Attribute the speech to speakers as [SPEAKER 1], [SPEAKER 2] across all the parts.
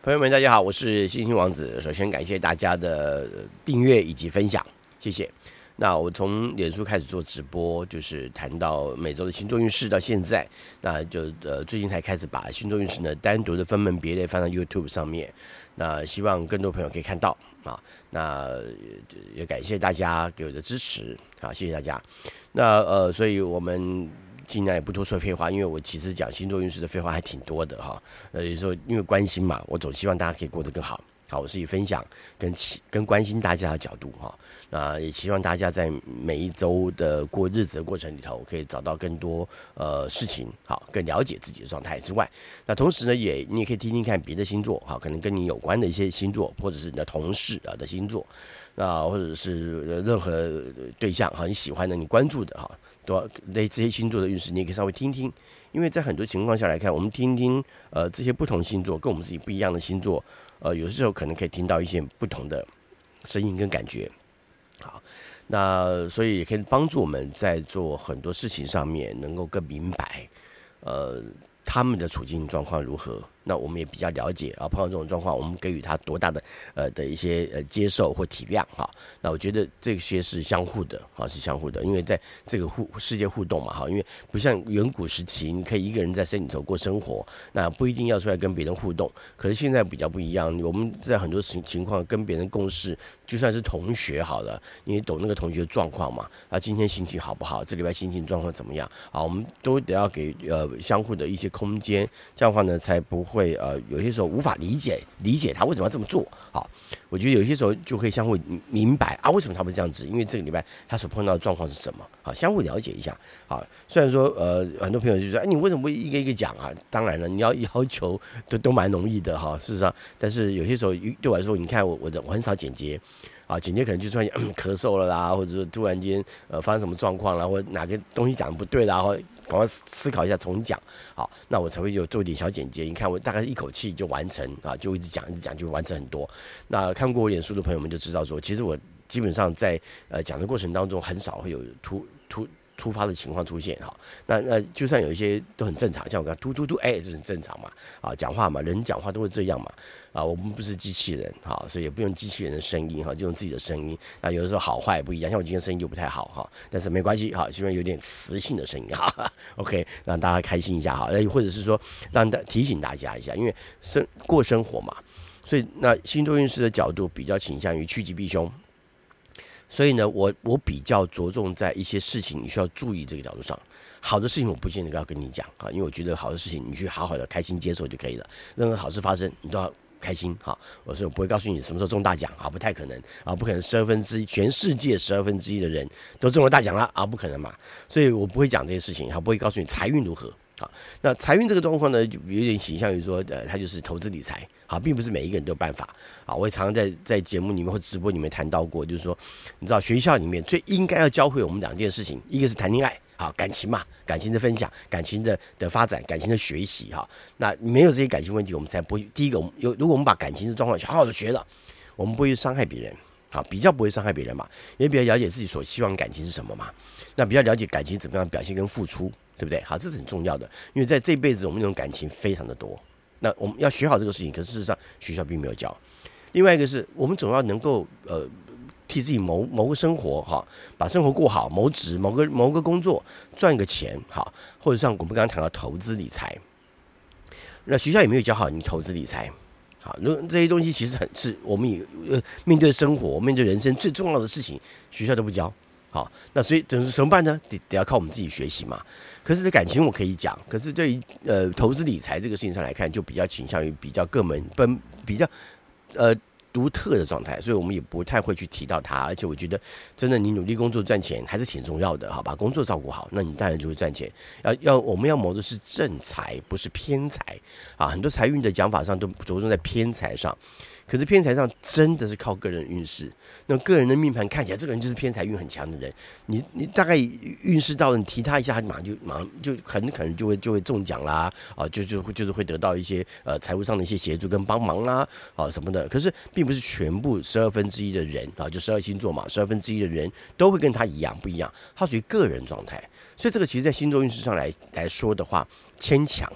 [SPEAKER 1] 朋友们，大家好，我是星星王子。首先感谢大家的订阅以及分享，谢谢。那我从脸书开始做直播，就是谈到每周的星座运势到现在，那就最近才开始把星座运势呢单独的分门别类放到 YouTube 上面。那希望更多朋友可以看到啊。那也感谢大家给我的支持啊，谢谢大家。那所以我们尽量也不多说废话，因为我其实讲星座运势的废话还挺多的哈。有时候因为关心嘛，我总希望大家可以过得更好。好，我是以分享跟关心大家的角度哈，那也希望大家在每一周的过日子的过程里头，可以找到更多事情，好，更了解自己的状态之外，那同时呢，你也可以听听看别的星座，好，可能跟你有关的一些星座，或者是你的同事的星座，那或者是任何对象哈，你喜欢的、你关注的哈，都这些星座的运势，你也可以稍微听听。因为在很多情况下来看，我们听听这些不同星座跟我们自己不一样的星座，有时候可能可以听到一些不同的声音跟感觉。好，那所以也可以帮助我们在做很多事情上面能够更明白，他们的处境状况如何。那我们也比较了解啊，碰到这种状况，我们给予他多大的的一些接受或体谅哈。那我觉得这些是相互的啊，是相互的，因为在这个世界互动嘛哈，因为不像远古时期，你可以一个人在山里头过生活，那不一定要出来跟别人互动。可是现在比较不一样，我们在很多情况跟别人共事，就算是同学好了，你也懂那个同学的状况嘛，啊，今天心情好不好，这礼拜心情状况怎么样啊，我们都得要给相互的一些空间，这样的话呢，才不会有些时候无法理解他为什么要这么做。好，我觉得有些时候就可以相互明白啊，为什么他会这样子，因为这个礼拜他所碰到的状况是什么，好，相互了解一下。好，虽然说很多朋友就说，你为什么不一个一个讲啊？当然了，你要求都蛮容易的哈，事实上，但是有些时候对我来说，你看我很少剪接。啊，剪接可能就突然咳嗽了啦，或者说突然间发生什么状况啦，或者哪个东西讲的不对啦，或赶快思考一下重讲，好，那我才会做一点小剪接。你看我大概一口气就完成啊，就一直讲就完成很多。那看过我脸书的朋友们就知道说，其实我基本上在讲的过程当中很少会有突发的情况出现哈，那就算有一些都很正常，像我刚突，这很正常嘛，啊，讲话嘛，人讲话都会这样嘛，啊，我们不是机器人哈，所以也不用机器人的声音哈，就用自己的声音，那有的时候好坏不一样，像我今天声音就不太好哈，但是没关系哈，希望有点磁性的声音哈 ，OK， 让大家开心一下哈，或者是说提醒大家一下，因为过生活嘛，所以那星座运势的角度比较倾向于趋吉避凶。所以呢，我比较着重在一些事情你需要注意这个角度上。好的事情我不见得要跟你讲啊，因为我觉得好的事情你去好好的开心接受就可以了。任何好事发生，你都要开心哈。所以我不会告诉你什么时候中大奖啊，不太可能啊，不可能全世界1/12的人都中了大奖了啊，不可能嘛。所以我不会讲这些事情，不会告诉你财运如何。好，那财运这个状况呢，就有点倾向于说，它就是投资理财，好，并不是每一个人都有办法。啊，我也常常在节目里面或直播里面谈到过，就是说，你知道学校里面最应该要教会我们2件事情，一个是谈恋爱，好，感情嘛，感情的分享，感情的发展，感情的学习，哈，那没有这些感情问题，我们才不会。第一个，如果我们把感情的状况好好的学了，我们不会伤害别人。好，比较不会伤害别人嘛，也比较了解自己所希望的感情是什么嘛，那比较了解感情怎么样表现跟付出，对不对？好，这是很重要的，因为在这辈子我们那种感情非常的多，那我们要学好这个事情，可是事实上学校并没有教。另外一个是我们总要能够替自己谋个生活哈，把生活过好，谋职谋个工作，赚个钱哈，或者像我们刚刚谈到投资理财，那学校也没有教好你投资理财。好，这些东西其实是我们面对生活、面对人生最重要的事情，学校都不教。好，那所以怎么办呢？得要靠我们自己学习嘛。可是这感情我可以讲，可是对于投资理财这个事情上来看，就比较倾向于比较比较独特的状态，所以我们也不太会去提到它。而且我觉得，真的你努力工作赚钱还是挺重要的，好，把工作照顾好，那你当然就会赚钱。我们要谋的是正财，不是偏财啊。很多财运的讲法上都着重在偏财上。可是偏财上真的是靠个人运势，那个人的命盘看起来这个人就是偏财运很强的人，你大概运势到了，你提他一下，他马上就很可能就会中奖啦，啊，就是会得到一些财务上的一些协助跟帮忙啦，啊什么的。可是并不是全部1/12的人啊，就12星座嘛，1/12的人都会跟他一样，不一样，他属于个人状态。所以这个其实在星座运势上来说的话，牵强了。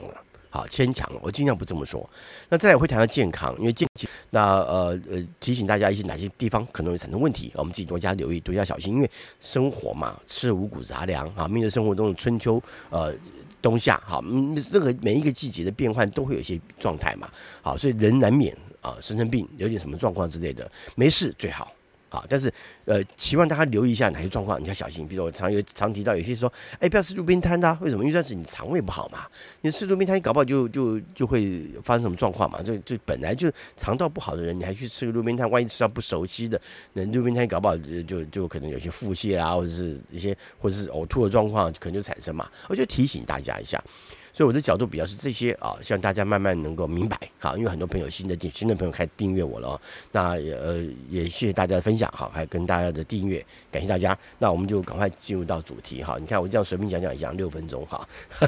[SPEAKER 1] 好牵强，我尽量不这么说。那再来会谈到健康，因为提醒大家一些哪些地方可能会产生问题，我们自己多加留意，多加小心，因为生活嘛，吃五谷杂粮啊，面对生活中的春秋冬夏，好，任何每一个季节的变换都会有一些状态嘛，好，所以人难免生病，有点什么状况之类的，没事最好。好，但是希望大家留意一下哪些状况你要小心。比如我常提到，有些说，不要吃路边摊的为什么？因为那是你肠胃不好嘛。你吃路边摊，你搞不好就会发生什么状况嘛。这本来就肠道不好的人，你还去吃个路边摊，万一吃到不熟悉的，那路边摊搞不好就可能有些腹泻啊，或者是呕吐的状况，可能就产生嘛。我就提醒大家一下。所以我的角度比较是这些希望大家慢慢能够明白好，因为很多朋友新的朋友开始订阅我了那也谢谢大家的分享好，还有跟大家的订阅，感谢大家。那我们就赶快进入到主题哈，你看我这样随便讲讲一讲6分钟哈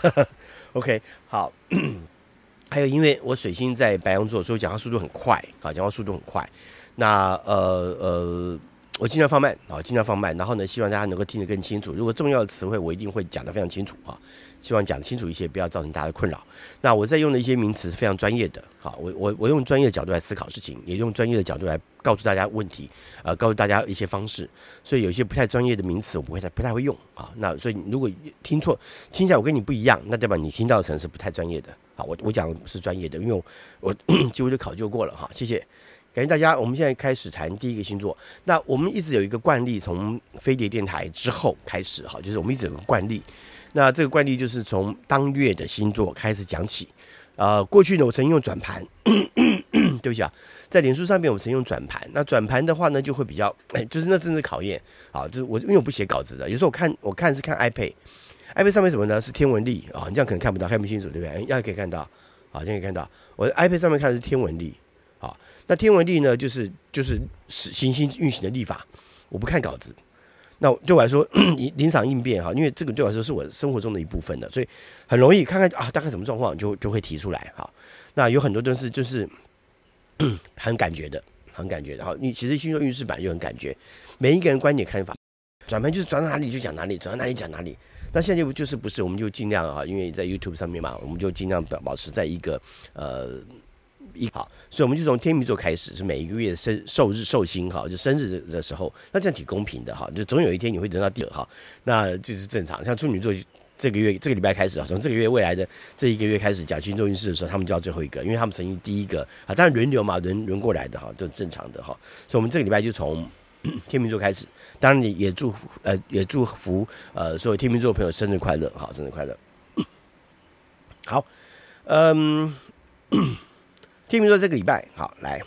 [SPEAKER 1] ，OK 好，还有因为我水星在白羊座，所以讲话速度很快好，讲话速度很快。那我尽量放慢尽量放慢，然后呢，希望大家能够听得更清楚。如果重要的词汇，我一定会讲得非常清楚希望讲清楚一些，不要造成大家的困扰。那我在用的一些名词是非常专业的我用专业的角度来思考事情，也用专业的角度来告诉大家问题告诉大家一些方式。所以有一些不太专业的名词我不太会用那所以如果听错，听起来我跟你不一样，那代表你听到的可能是不太专业的我讲的是专业的，因为我几乎就考究过了谢谢。感谢大家，我们现在开始谈第一个星座。那我们一直有一个惯例，从飞碟电台之后开始就是我们一直有个惯例。那这个惯例就是从当月的星座开始讲起。过去呢，我曾经用转盘，对不起在脸书上面我曾经用转盘。那转盘的话呢，就会比较，就是那真是考验就是因为我不写稿子的，有时候我看是看 iPad 上面什么呢？是天文历你这样可能看不到，看不清楚，对不对？现在可以看到现在可以看到我的 iPad 上面看的是天文历那天文历呢，就是行星运行的历法，我不看稿子。那对我来说，临场应变因为这个对我来说是我生活中的一部分的，所以很容易看看大概什么状况就会提出来那有很多都是就是很感觉的你其实星座运势版就很感觉，每一个人观点看法，转盘就是转到哪里就讲哪里，转到哪里讲哪里。那现在不是，我们就尽量因为在 YouTube 上面嘛，我们就尽量保持在一个所以我们就从天秤座开始，是每一个月的寿星就生日的时候，那这样挺公平的就总有一天你会得到第二那就是正常。像处女座这个礼拜开始从这个月未来的这一个月开始讲星座运势的时候，他们就要最后一个，因为他们曾经第一个当然轮流嘛，轮过来的都正常的所以我们这个礼拜就从天秤座开始，当然也祝福所有天秤座的朋友生日快乐生日快乐。好，天秤座这个礼拜来，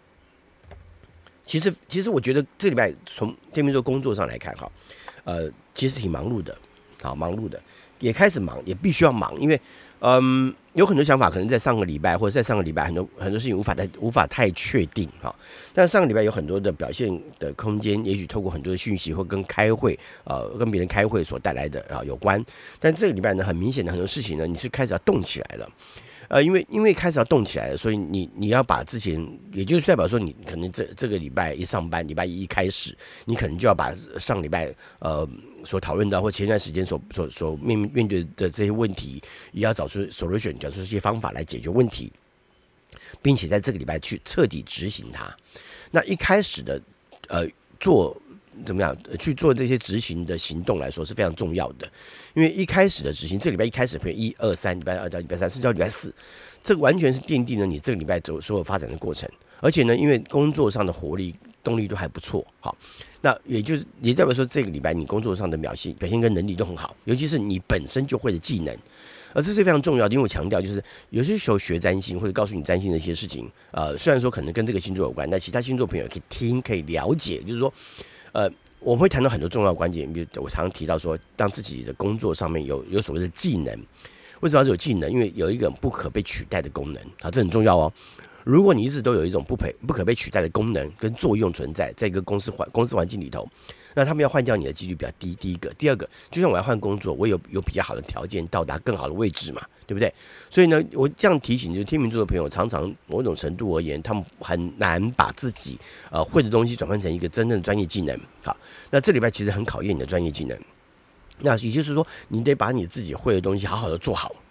[SPEAKER 1] 其实我觉得这个礼拜从天秤座工作上来看其实挺忙碌的也开始忙，也必须要忙，因为有很多想法可能在上个礼拜或者在上个礼拜很多事情无法太确定但是上个礼拜有很多的表现的空间，也许透过很多的讯息或跟开会跟别人开会所带来的有关。但这个礼拜呢，很明显的很多事情呢，你是开始要动起来了。因为开始要动起来了，所以你要把之前，也就是代表说你可能这个礼拜一上班，礼拜一开始，你可能就要把上礼拜所讨论到或前段时间所面对的这些问题，也要找出 solution， 找出一些方法来解决问题，并且在这个礼拜去彻底执行它。那一开始的怎么样去做这些执行的行动来说是非常重要的，因为一开始的执行，这个礼拜一开始，比如1、2、3，礼拜2到礼拜3，甚至到礼拜4，这个完全是奠定了你这个礼拜所有发展的过程。而且呢，因为工作上的活力、动力都还不错，那也代表说这个礼拜你工作上的表现跟能力都很好，尤其是你本身就会的技能。而这是非常重要的，因为我强调就是有些时候学占星或者告诉你占星的一些事情，虽然说可能跟这个星座有关，但其他星座朋友可以听可以了解，就是说我们会谈到很多重要关键，比如我常常提到说，让自己的工作上面有所谓的技能。为什么要有技能？因为有一个不可被取代的功能这很重要如果你一直都有一种不可被取代的功能跟作用存在一个公司环境里头，那他们要换掉你的几率比较低。第一个，第二个，就像我要换工作，我有比较好的条件到达更好的位置嘛，对不对？所以呢，我这样提醒，就是天秤座的朋友，常常某种程度而言，他们很难把自己会的东西转换成一个真正的专业技能。好，那这礼拜其实很考验你的专业技能。那也就是说，你得把你自己会的东西好好的做好，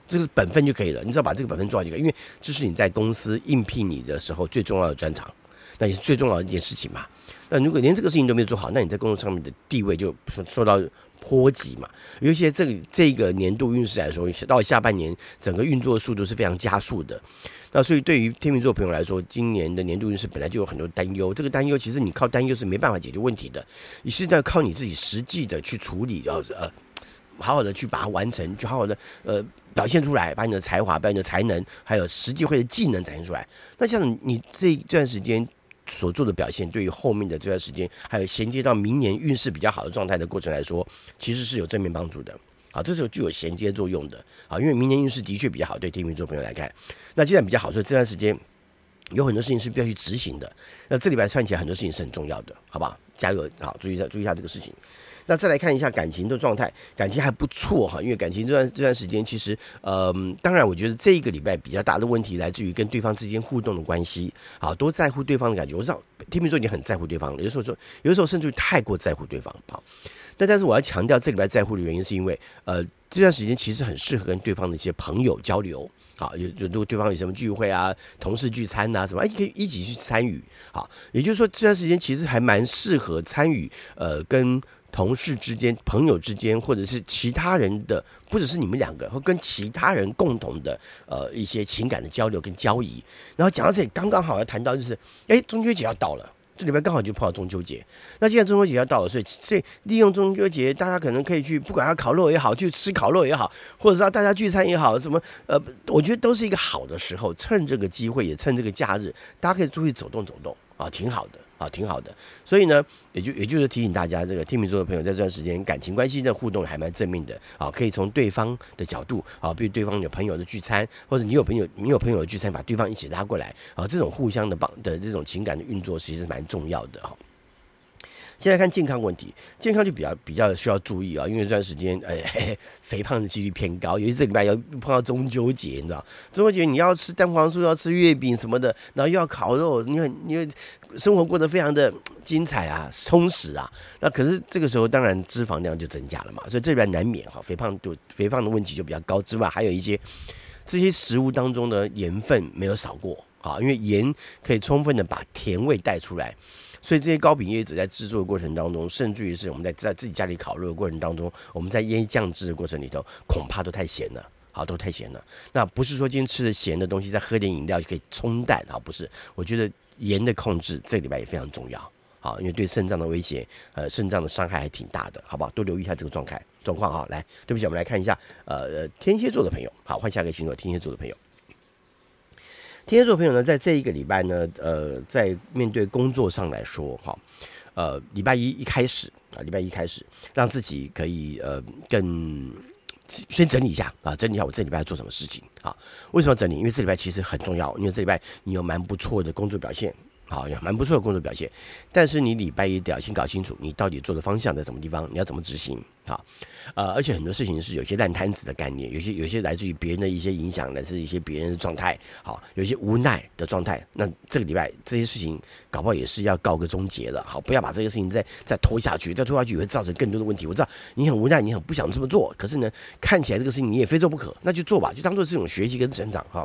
[SPEAKER 1] 这是本分就可以了，你只要把这个本分做好就可以，因为这是你在公司应聘你的时候最重要的专长，那也是最重要的一件事情嘛。那如果连这个事情都没有做好，那你在工作上面的地位就受到波及嘛。尤其这个年度运势来说，到下半年整个运作的速度是非常加速的。那所以对于天秤座朋友来说，今年的年度运势本来就有很多担忧，这个担忧其实你靠担忧是没办法解决问题的，你是要靠你自己实际的去处理，好好的去把它完成，就好好的表现出来，把你的才华、把你的才能，还有实际会的技能展现出来。那像你这段时间所做的表现，对于后面的这段时间，还有衔接到明年运势比较好的状态的过程来说，其实是有正面帮助的。好，这是具有衔接作用的。好，因为明年运势的确比较好，对天秤座朋友来看，那既然比较好，所以这段时间有很多事情是必须要去执行的。那这礼拜算起来，很多事情是很重要的，好不好？加油，好，注意一下这个事情。那再来看一下感情的状态，感情还不错哈，因为感情这段时间其实，当然我觉得这一个礼拜比较大的问题来自于跟对方之间互动的关系，好，多在乎对方的感觉。我知道天秤座已经很在乎对方了，有的时候甚至于太过在乎对方，好。但是我要强调，这礼拜在乎的原因是因为，这段时间其实很适合跟对方的一些朋友交流。好，如果对方有什么聚会啊、同事聚餐啊什么，可以一起去参与。好，也就是说这段时间其实还蛮适合参与，跟同事之间、朋友之间，或者是其他人的，不只是你们两个，或跟其他人共同的一些情感的交流跟交易。然后讲到这里，刚刚好要谈到就是，中秋节要到了。这礼拜刚好就碰到中秋节，那既然中秋节要到了，所以利用中秋节，大家可能可以去，不管要烤肉也好，去吃烤肉也好，或者是让大家聚餐也好，什么我觉得都是一个好的时候，趁这个机会，也趁这个假日，大家可以出去走动走动啊，挺好的啊，挺好的。所以呢，也就是提醒大家，这个天秤座的朋友在这段时间感情关系的互动还蛮正面的啊，可以从对方的角度啊，比如对方有朋友的聚餐，或者你有朋友的聚餐，把对方一起拉过来啊，这种互相的这种情感的运作，其实是蛮重要的哈。现在看健康问题，健康就比较需要注意啊，因为这段时间肥胖的几率偏高，尤其这礼拜要碰到中秋节，你知道，中秋节你要吃蛋黄酥，要吃月饼什么的，然后又要烤肉，你生活过得非常的精彩啊，充实啊。那可是这个时候当然脂肪量就增加了嘛，所以这里边难免哈肥胖的问题就比较高之外，还有一些这些食物当中的盐分没有少过啊，因为盐可以充分的把甜味带出来。所以这些糕饼业者在制作的过程当中，甚至于是我们在自己家里烤肉的过程当中，我们在腌酱汁的过程里头，恐怕都太咸了，好，都太咸了。那不是说今天吃的咸的东西，再喝点饮料就可以冲淡，好，不是。我觉得盐的控制这个礼拜也非常重要，好，因为对肾脏的威胁，肾脏的伤害还挺大的，好不好？多留意一下这个状况哈。来，对不起，我们来看一下，天蝎座的朋友，好，换下一个星座，天蝎座的朋友。天蝎座朋友呢，在这一个礼拜呢，在面对工作上来说，礼拜一开始，让自己可以更先整理一下啊，整理一下我这礼拜要做什么事情啊？为什么要整理？因为这礼拜其实很重要，因为这礼拜你有蛮不错的工作表现。好，蛮不错的工作表现，但是你礼拜一得要先搞清楚你到底做的方向在什么地方，你要怎么执行。好，而且很多事情是有些烂摊子的概念，有些来自于别人的一些影响，来自于一些别人的状态，好，有一些无奈的状态。那这个礼拜这些事情搞不好也是要告个终结了。好，不要把这个事情再拖下去，再拖下去也会造成更多的问题。我知道你很无奈，你很不想这么做，可是呢，看起来这个事情你也非做不可，那就做吧，就当做是一种学习跟成长。哈，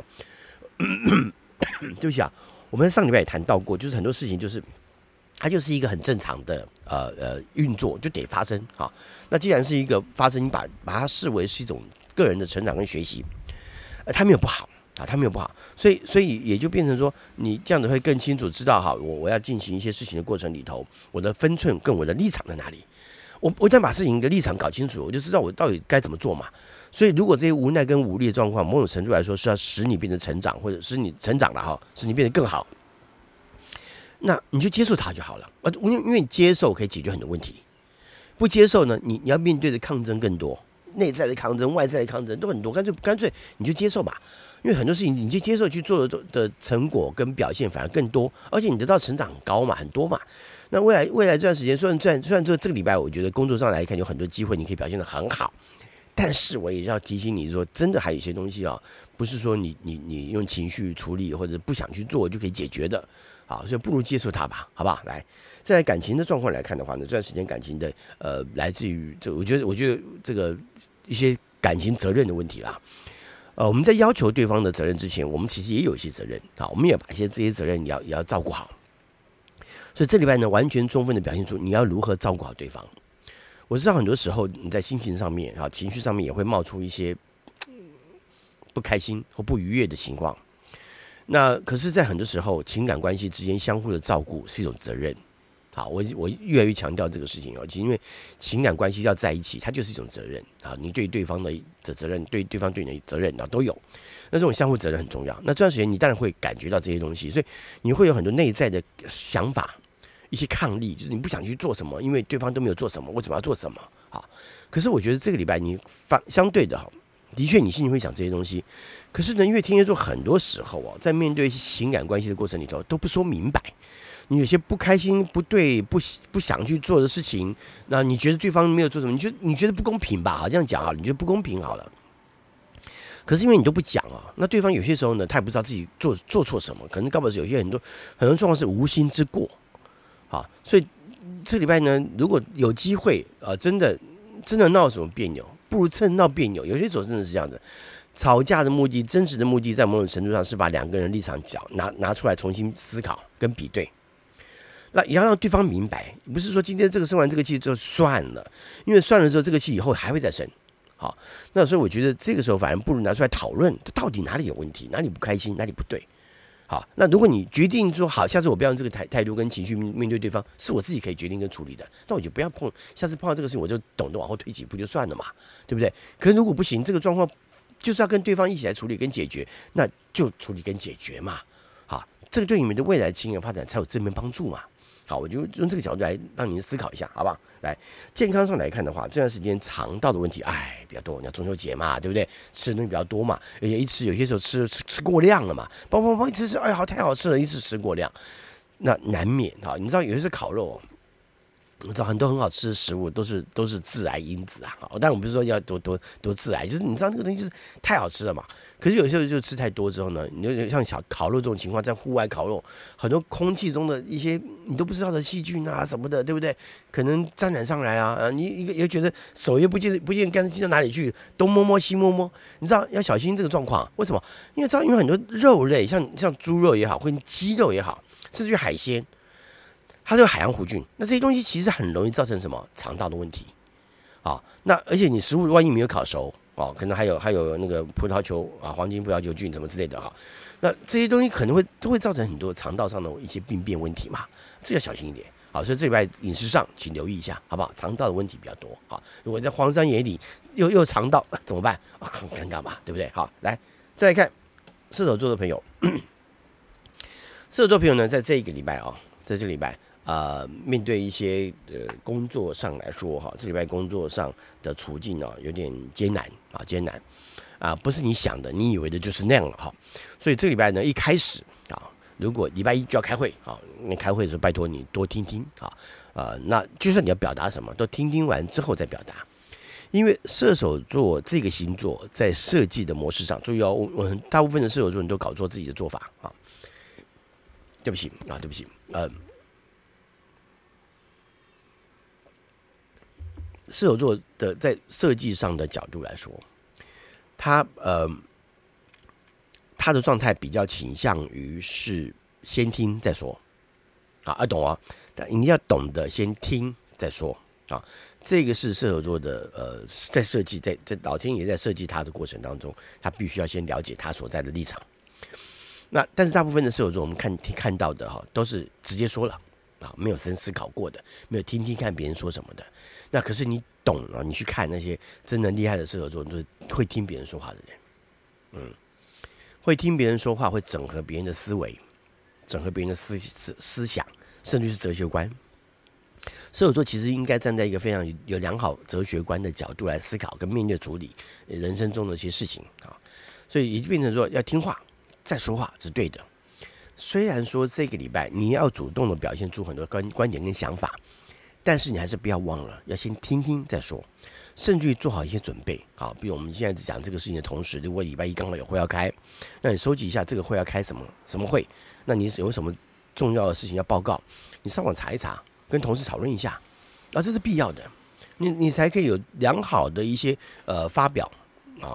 [SPEAKER 1] 对不起啊。我们上礼拜也谈到过，就是很多事情就是它就是一个很正常的运作，就得发生哈。那既然是一个发生，你把它视为是一种个人的成长跟学习，它没有不好啊，它没有不好，所以也就变成说，你这样子会更清楚知道哈，我要进行一些事情的过程里头，我的分寸跟我的立场在哪里。我一旦把事情的立场搞清楚，我就知道我到底该怎么做嘛。所以，如果这些无奈跟无力的状况，某种程度来说是要使你变得成长，或者使你成长了哈，使你变得更好，那你就接受它就好了。因为你接受可以解决很多问题，不接受呢，你要面对的抗争更多，内在的抗争、外在的抗争都很多，干脆你就接受吧。因为很多事情你就接受去做的成果跟表现反而更多，而且你得到成长很高嘛，很多嘛。那未来这段时间，虽然这个礼拜，我觉得工作上来看有很多机会，你可以表现得很好。但是我也要提醒你说，真的还有一些东西啊，不是说你用情绪处理或者不想去做就可以解决的，好，所以不如接受它吧，好不好？来，在感情的状况来看的话呢，这段时间感情的来自于我觉得这个一些感情责任的问题啦， 我们在要求对方的责任之前，我们其实也有一些责任啊，我们也把这些责任也要照顾好。所以这礼拜呢，完全充分的表现出你要如何照顾好对方。我知道很多时候你在心情上面啊、情绪上面也会冒出一些不开心或不愉悦的情况。那可是，在很多时候，情感关系之间相互的照顾是一种责任。好，我越来越强调这个事情哦，因为情感关系要在一起，它就是一种责任啊。你对对方的责任，对对方对你的责任啊都有。那这种相互责任很重要。那这段时间你当然会感觉到这些东西，所以你会有很多内在的想法，一些抗力，就是你不想去做什么，因为对方都没有做什么，我怎么要做什么？好，可是我觉得这个礼拜你相对的哈，的确你心里会想这些东西，可是呢，因为天蝎座很多时候哦，在面对情感关系的过程里头都不说明白。你有些不开心、不对、不想去做的事情，那你觉得对方没有做什么，你觉得不公平吧？好，这样讲啊，你觉得不公平好了。可是因为你都不讲啊，那对方有些时候呢，他也不知道自己做错什么，可能搞不好有些很多状况是无心之过，好，所以这礼拜呢，如果有机会真的闹什么别扭，不如趁闹别扭。有些时候真的是这样子，吵架的目的，真实的目的，在某种程度上是把两个人立场拿出来重新思考跟比对。那也要让对方明白，不是说今天这个生完这个气就算了，因为算了之后，这个气以后还会再生。好，那所以我觉得这个时候反而不如拿出来讨论，到底哪里有问题，哪里不开心，哪里不对。好，那如果你决定说好，下次我不要用这个态度跟情绪面对对方，是我自己可以决定跟处理的，那我就不要碰。下次碰到这个事情，我就懂得往后退几步就算了嘛，对不对？可是如果不行，这个状况就是要跟对方一起来处理跟解决，那就处理跟解决嘛。好，这个对你们的未来情感发展才有正面帮助嘛。好，我就用这个角度来让您思考一下，好不好？来，健康上来看的话，这段时间肠道的问题，比较多。你要中秋节嘛，对不对？吃的东西比较多嘛，而且一吃有些时候吃过量了嘛，一吃太好吃了，一直吃过量，那难免哈。你知道有些是烤肉，我知道很多很好吃的食物都是致癌因子啊。但我不是说要多致癌，就是你知道那个东西就是太好吃了嘛。可是有些时候就吃太多之后呢，你就像烤肉这种情况，在户外烤肉，很多空气中的一些你都不知道的细菌啊什么的，对不对？可能沾染上来啊，你也觉得手也不见干净到哪里去，东摸摸西摸摸，你知道要小心这个状况。为什么？因为很多肉类，像猪肉也好，或者鸡肉也好，甚至于海鲜。它都有海洋弧菌，那这些东西其实很容易造成什么肠道的问题啊？那而且你食物万一没有烤熟啊，可能还有那个葡萄球啊、黄金葡萄球菌什么之类的哈，那这些东西可能都会造成很多肠道上的一些病变问题嘛，这要小心一点。好，所以这礼拜饮食上请留意一下，好不好？肠道的问题比较多啊。如果在荒山野岭又肠道怎么办？很尴尬嘛，对不对？好，来再来看射手座的朋友，射手座朋友呢，在这个礼拜在这个礼拜。面对一些工作上来说哈，这礼拜工作上的处境有点艰难不是你想的你以为的就是那样了哈。所以这礼拜呢一开始如果礼拜一就要开会那开会的时候拜托你多听听那就算你要表达什么都听完之后再表达，因为射手座这个星座在设计的模式上，注意大部分的射手座人都搞错自己的做法对不起射手座的在设计上的角度来说，他的状态比较倾向于是先听再说懂啊，但你要懂得先听再说这个是射手座的在设计在老天爷在设计他的过程当中，他必须要先了解他所在的立场。那但是大部分的射手座我们看到的都是直接说了没有深思考过的，没有听听看别人说什么的。那可是你懂你去看那些真的厉害的射手座，就是会听别人说话的人，会听别人说话，会整合别人的思维，整合别人的思想，甚至是哲学观。射手座其实应该站在一个非常有良好哲学观的角度来思考跟面对处理人生中的一些事情所以也变成说要听话再说话是对的。虽然说这个礼拜你要主动的表现出很多观点跟想法，但是你还是不要忘了要先听听再说，甚至于做好一些准备比如我们现在讲这个事情的同时，如果礼拜一刚好有会要开，那你收集一下这个会要开什么会，那你有什么重要的事情要报告，你上网查一查，跟同事讨论一下这是必要的，你才可以有良好的一些发表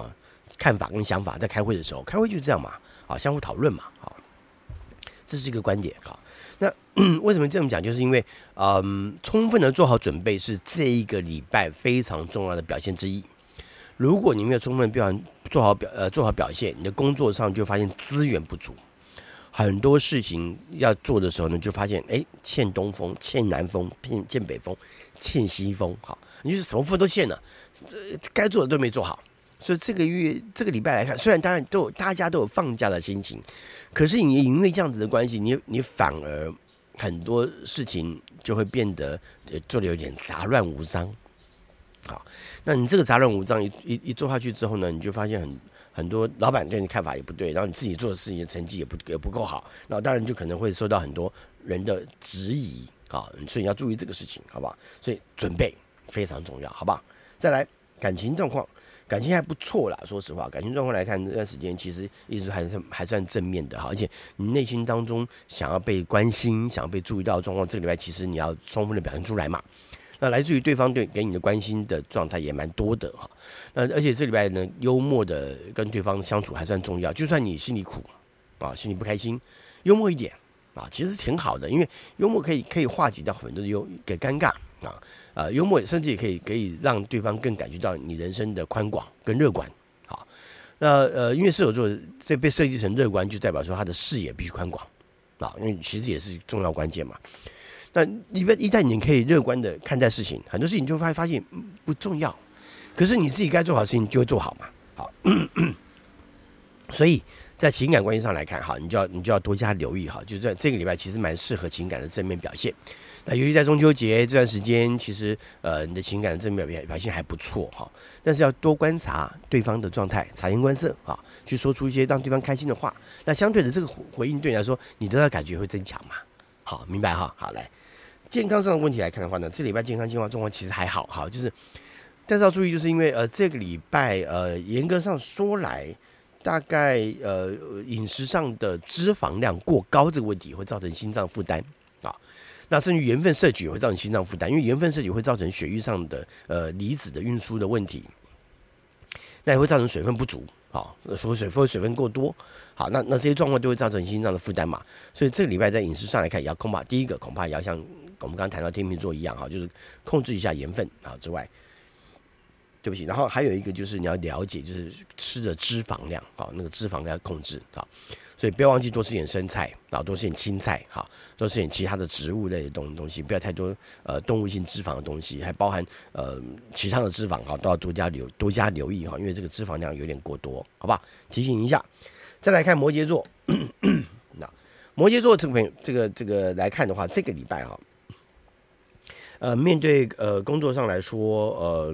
[SPEAKER 1] 看法跟想法，在开会的时候，开会就是这样嘛，啊，相互讨论嘛，好，这是一个观点，好。那为什么这么讲？就是因为，充分的做好准备是这一个礼拜非常重要的表现之一。如果你没有充分做好表现，你的工作上就发现资源不足，很多事情要做的时候呢，就发现欠东风、欠南风、欠北风、欠西风，好，你就是什么风都欠了，该做的都没做好。所以这个礼拜来看，虽然当然大家都有放假的心情，可是你因为这样子的关系，你反而很多事情就会变得做的有点杂乱无章。好，那你这个杂乱无章一做下去之后呢，你就发现很多老板对你看法也不对，然后你自己做的事情的成绩也不够好，然后当然就可能会受到很多人的质疑啊，所以你要注意这个事情，好不好？所以准备非常重要，好不好？再来感情状况。感情还不错啦，说实话，感情状况来看，这段时间其实一直还算正面的哈，而且你内心当中想要被关心、想要被注意到的状况，这个礼拜其实你要充分的表现出来嘛。那来自于对方给你的关心的状态也蛮多的哈。那而且这礼拜呢，幽默的跟对方相处还算重要，就算你心里苦啊，心里不开心，幽默一点啊，其实挺好的，因为幽默可以化解掉很多的尴尬。幽默甚至也可以让对方更感觉到你人生的宽广跟乐观。好，那因为射手座这被设计成乐观，就代表说他的视野必须宽广啊，因为其实也是重要关键嘛。那一旦你可以乐观的看待事情，很多事情就会发现不重要，可是你自己该做好的事情就会做好嘛。好，所以在情感关系上来看，好，你就要多加留意哈，就在这个礼拜其实蛮适合情感的正面表现。那尤其在中秋节这段时间，其实你的情感的正面表现还不错哈，但是要多观察对方的状态，察言观色啊，去说出一些让对方开心的话。那相对的这个回应对你来说，你得到感觉会增强嘛？好，明白哈？好，来健康上的问题来看的话呢，这礼拜健康状况其实还好哈，就是但是要注意，就是因为这个礼拜严格上说来，大概饮食上的脂肪量过高这个问题会造成心脏负担啊。那甚至盐分摄取也会造成心脏负担，因为盐分摄取会造成血液上的离子的运输的问题，那也会造成水分不足，好，水分过多，好，那这些状况都会造成心脏的负担嘛。所以这个礼拜在饮食上来看，也要第一个恐怕也要像我们刚刚谈到天秤座一样哈，就是控制一下盐分啊之外，对不起，然后还有一个就是你要了解，就是吃的脂肪量啊，那个脂肪要控制啊。所以不要忘记多吃点生菜啊，多吃点青菜，好，多吃点其他的植物类的东西，不要太多动物性脂肪的东西，还包含其他的脂肪哈，都要多加留意哈，因为这个脂肪量有点过多，好不好？提醒一下。再来看摩羯座，那摩羯座这个来看的话，这个礼拜哈，面对工作上来说，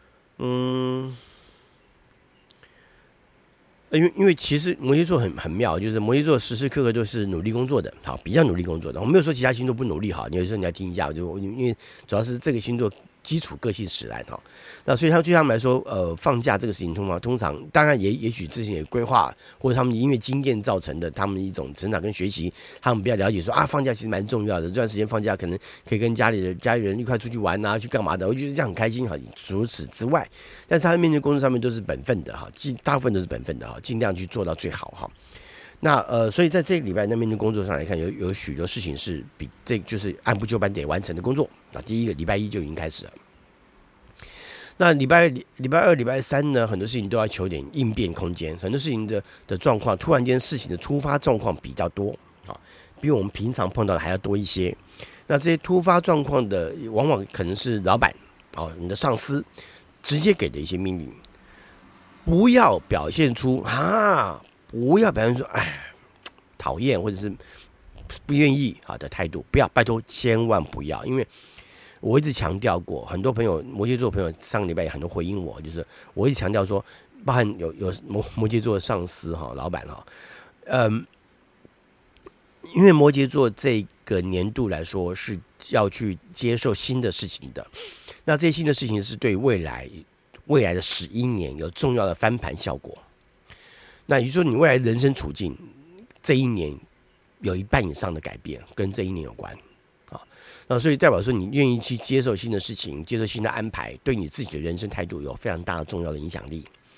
[SPEAKER 1] 因为其实摩羯座很妙，就是摩羯座时时刻刻都是努力工作的，好，比较努力工作的。我没有说其他星座不努力，好，有时候你要听一下，因为主要是这个星座基础个性使然哈。那所以对他们来说，放假这个事情通常当然也许之前也规划，或者他们因为经验造成的他们一种成长跟学习，他们比较了解说放假其实蛮重要的。这段时间放假可能可以跟家里人一块出去玩啊，去干嘛的，我觉得这样很开心哈。除此之外，但是他的面对工作上面都是本分的哈，大部分都是本分的哈，尽量去做到最好哈。那所以在这个礼拜那面对工作上来看，有许多事情是就是按部就班得完成的工作啊。第一个礼拜一就已经开始了。那礼拜二、礼拜三呢，很多事情都要求点应变空间，很多事情的状况，突然间事情的突发状况比较多啊，比我们平常碰到的还要多一些。那这些突发状况的，往往可能是老板你的上司直接给的一些命令，不要表现出讨厌或者是不愿意的态度，不要，拜托千万不要，因为我一直强调过，很多朋友摩羯座朋友上个礼拜也很多回应我，就是我一直强调说，包含有摩羯座的上司老板因为摩羯座这个年度来说是要去接受新的事情的，那这些新的事情是对未来的11年有重要的翻盘效果。那也就是说，你未来人生处境这一年有一半以上的改变跟这一年有关那所以代表说，你愿意去接受新的事情，接受新的安排，对你自己的人生态度有非常大的重要的影响力。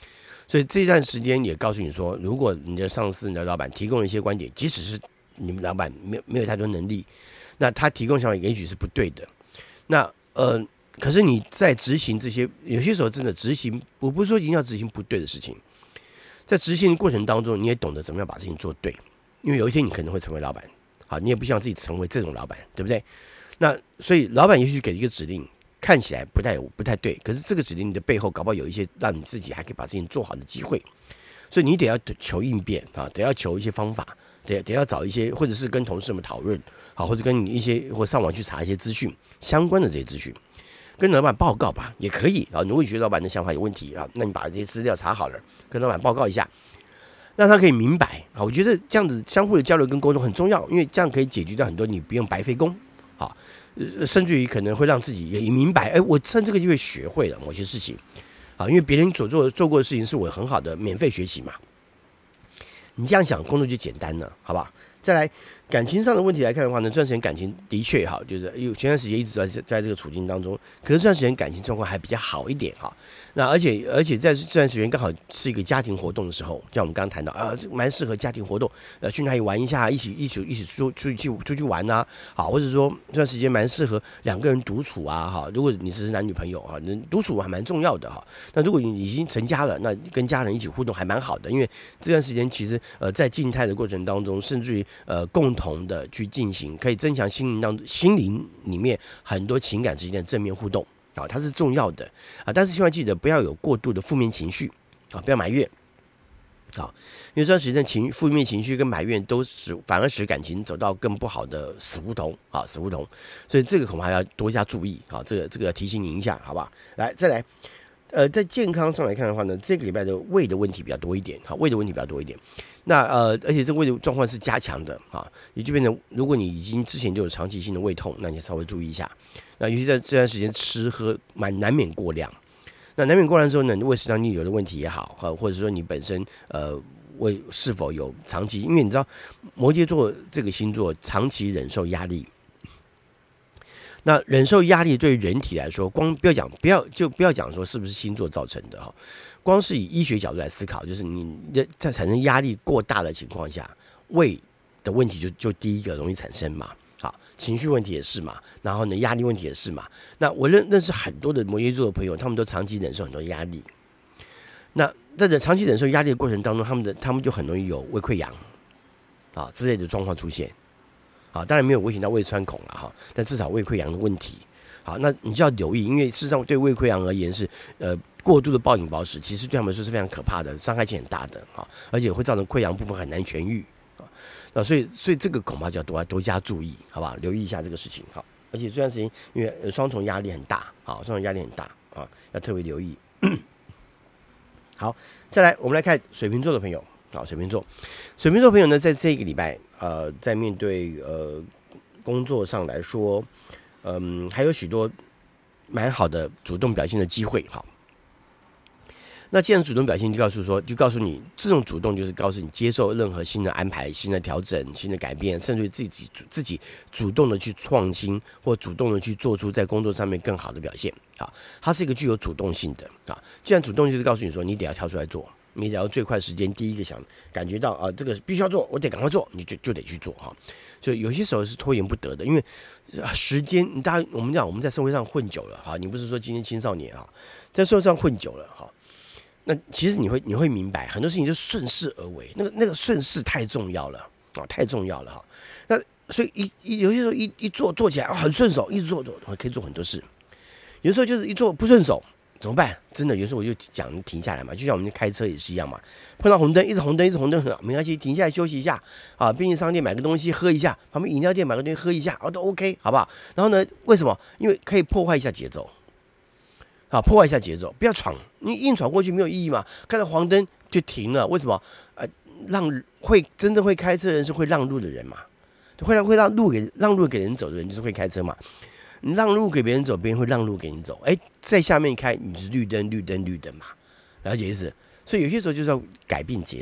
[SPEAKER 1] 所以这段时间也告诉你说，如果你的上司、你的老板提供了一些观点，即使是你们老板没有太多能力，那他提供想法也许是不对的。那可是你在执行这些，有些时候真的执行，我不是说一定要执行不对的事情，在执行的过程当中，你也懂得怎么样把事情做对，因为有一天你可能会成为老板，好，你也不希望自己成为这种老板，对不对？那所以老板也许给一个指令，看起来不太对，可是这个指令的背后，搞不好有一些让你自己还可以把事情做好的机会，所以你得要求应变啊，得要求一些方法，得要找一些，或者是跟同事们讨论，好，或者跟你一些或上网去查一些资讯相关的这些资讯，跟老板报告吧，也可以啊。如果你觉得老板的想法有问题啊，那你把这些资料查好了，跟老板报告一下，让他可以明白啊。我觉得这样子相互的交流跟沟通很重要，因为这样可以解决掉很多你不用白费功，好。甚至于可能会让自己也明白，我趁这个机会学会了某些事情，啊，因为别人做过的事情是我很好的免费学习嘛。你这样想，工作就简单了，好不好？再来，感情上的问题来看的话呢，这段时间感情的确好，就是有前段时间一直在这个处境当中，可是这段时间感情状况还比较好一点哈。那而且在这段时间刚好是一个家庭活动的时候，像我们刚刚谈到啊，蛮适合家庭活动，去哪里玩一下，一起出去玩啊，好，或者说这段时间蛮适合两个人独处啊，哈，如果你只是男女朋友啊，独处还蛮重要的哈。那如果你已经成家了，那跟家人一起互动还蛮好的，因为这段时间其实在静态的过程当中，甚至于共同的去进行，可以增强心灵里面很多情感之间的正面互动。啊，它是重要的啊，但是希望记得不要有过度的负面情绪啊，不要埋怨啊，因为这段时间负面情绪跟埋怨都反而使感情走到更不好的死胡同啊，死胡同，所以这个恐怕要多加注意啊，这个提醒你一下，好不好？来，再来，在健康上来看的话呢，这个礼拜的胃的问题比较多一点，好，胃的问题比较多一点。那而且这个胃的状况是加强的啊，也就变成如果你已经之前就有长期性的胃痛，那你稍微注意一下。那尤其在这段时间吃喝难免过量，那难免过量之后呢，胃食道逆流的问题也好，或者说你本身胃是否有长期，因为你知道摩羯座这个星座长期忍受压力。那忍受压力对人体来说，光不要讲说是不是星座造成的哈，光是以医学角度来思考，就是你在产生压力过大的情况下，胃的问题就第一个容易产生嘛。好，情绪问题也是嘛，然后呢，压力问题也是嘛。那我认识很多的摩羯座的朋友，他们都长期忍受很多压力。那在长期忍受压力的过程当中，他们就很容易有胃溃疡啊之类的状况出现。啊，当然没有危险到胃穿孔了哈，但至少胃溃疡的问题。好，那你就要留意，因为事实上对胃溃疡而言是过度的暴饮暴食，其实对他们说是非常可怕的，伤害性很大的哈，而且会造成溃疡部分很难痊愈啊。所以这个恐怕就要多加注意，好不好？留意一下这个事情好。而且这段时间因为双重压力很大，好，双重压力很大啊，要特别留意。好，再来我们来看水瓶座的朋友。好，水瓶座朋友呢，在这个礼拜，在面对工作上来说，还有许多蛮好的主动表现的机会。好，那既然主动表现，就告诉你，这种主动就是告诉你接受任何新的安排、新的调整、新的改变，甚至于自己主动的去创新，或主动的去做出在工作上面更好的表现。好，它是一个具有主动性的啊。既然主动就是告诉你说，你得要跳出来做。你只要最快时间第一个感觉到啊，这个必须要做，我得赶快做，你就得去做哈。所以有些时候是拖延不得的，因为时间，我们在社会上混久了哈，你不是说今天青少年哈，在社会上混久了哈，那其实你会明白很多事情就顺势而为，那个顺势太重要了啊，太重要了哈。那所以有些时候一做起来很顺手，一直做可以做很多事，有时候就是一做不顺手。怎么办？真的，有时候我就讲停下来嘛，就像我们开车也是一样嘛，碰到红灯，一直红灯，没关系，停下来休息一下啊，便利商店买个东西喝一下，旁边饮料店买个东西喝一下，都 OK， 好不好？然后呢，为什么？因为可以破坏一下节奏，啊，破坏一下节奏，不要闯，你硬闯过去没有意义嘛，看到黄灯就停了，为什么？真正会开车的人是会让路的人嘛，会让路给人走的人就是会开车嘛。你让路给别人走，别人会让路给你走。在下面开，你是绿灯嘛，了解意思？所以有些时候就是要改变节奏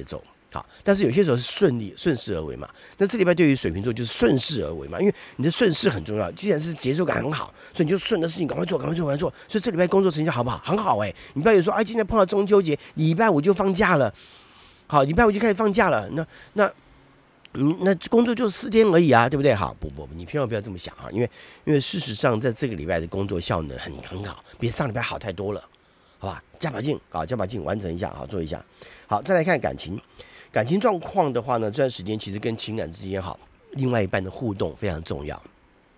[SPEAKER 1] 好，但是有些时候是顺势而为嘛。那这礼拜对于水瓶座就是顺势而为嘛，因为你的顺势很重要。既然是节奏感很好，所以你就顺着事情赶快做。所以这礼拜工作成绩好不好？很好哎。你不要有说今天碰到中秋节，礼拜五就放假了，好，礼拜五就开始放假了。那工作就4天而已啊，对不对？好，不，你千万不要这么想啊，因为事实上在这个礼拜的工作效能很好，比上礼拜好太多了，好吧？加把劲，完成一下，好，做一下。好，再来看感情状况的话呢，这段时间其实跟情感之间另外一半的互动非常重要。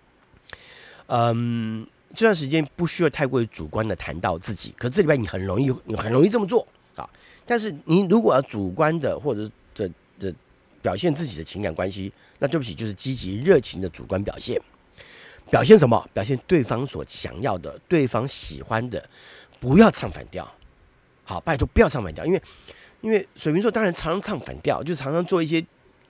[SPEAKER 1] 这段时间不需要太过于主观的谈到自己，可这礼拜你很容易这么做啊。但是你如果要主观的或者的表现自己的情感关系，那对不起，就是积极热情的主观表现。表现什么？表现对方所想要的，对方喜欢的，不要唱反调。好，拜托不要唱反调，因为水瓶座当然常常唱反调，就常常做一些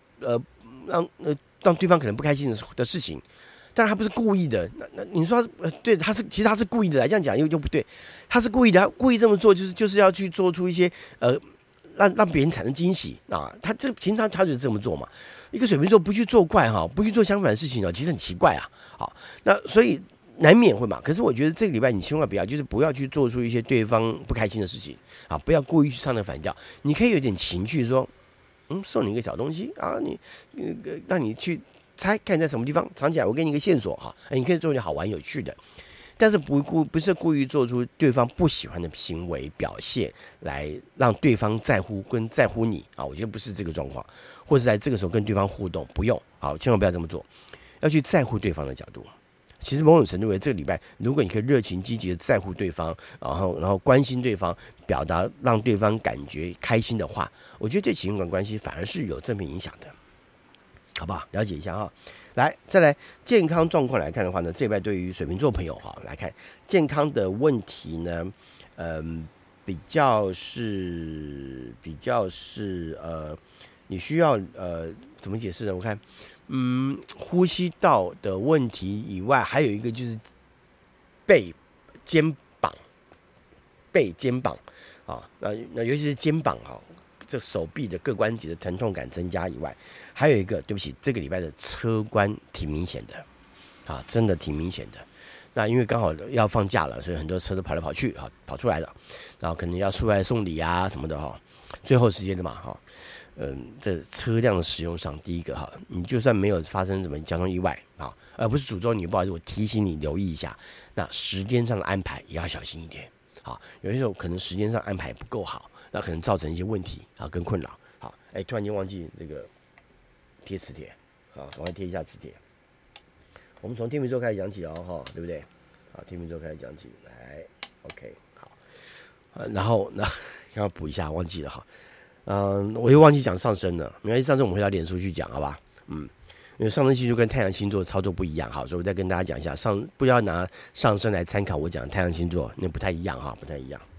[SPEAKER 1] 让对方可能不开心的事情。当然他不是故意的，那你说对，其实他是故意的来，这样讲又不对，他是故意的，他故意这么做就是要去做出一些让别人产生惊喜啊，他平常他就这么做嘛。一个水瓶座不去做怪不去做相反的事情其实很奇怪啊。好，那所以难免会嘛。可是我觉得这个礼拜你千万不要，就是不要去做出一些对方不开心的事情啊，不要故意去唱那个反调。你可以有点情绪说，送你一个小东西啊，让你去猜看在什么地方藏起来，我给你一个线索哈，你可以做点好玩有趣的。但是不是故意做出对方不喜欢的行为表现，来让对方在乎跟在乎你啊，我觉得不是这个状况，或者在这个时候跟对方互动，不用，好，千万不要这么做，要去在乎对方的角度。其实某种程度为这个礼拜，如果你可以热情积极的在乎对方，然后关心对方，表达让对方感觉开心的话，我觉得对情感关系反而是有正面影响的，好不好？了解一下哈。来，再来健康状况来看的话呢，这礼拜对于水瓶座朋友来看健康的问题呢，比较是你需要怎么解释呢？我看呼吸道的问题以外，还有一个就是肩膀啊，那尤其是肩膀这手臂的各关节的疼痛感增加以外，还有一个，对不起，这个礼拜的车关挺明显的，真的挺明显的。那因为刚好要放假了，所以很多车都跑来跑去，跑出来了，然后可能要出来送礼啊什么的最后时间的嘛这车辆的使用上，第一个你就算没有发生什么交通意外而不是诅咒你，不好意思，我提醒你留意一下，那时间上的安排也要小心一点。有些时候可能时间上安排不够好，那可能造成一些问题跟困扰。突然间忘记这个贴磁铁，赶快贴一下磁铁。我们从天秤座开始讲起对不对？好，天秤座开始讲起，来 ，OK， 好，然后刚刚补一下，忘记了我又忘记讲上升了，没关系，上升我们回到脸书去讲，好吧？因为上升星座跟太阳星座操作不一样所以我再跟大家讲一下，不要拿上升来参考我讲的太阳星座，那不太一样不太一样。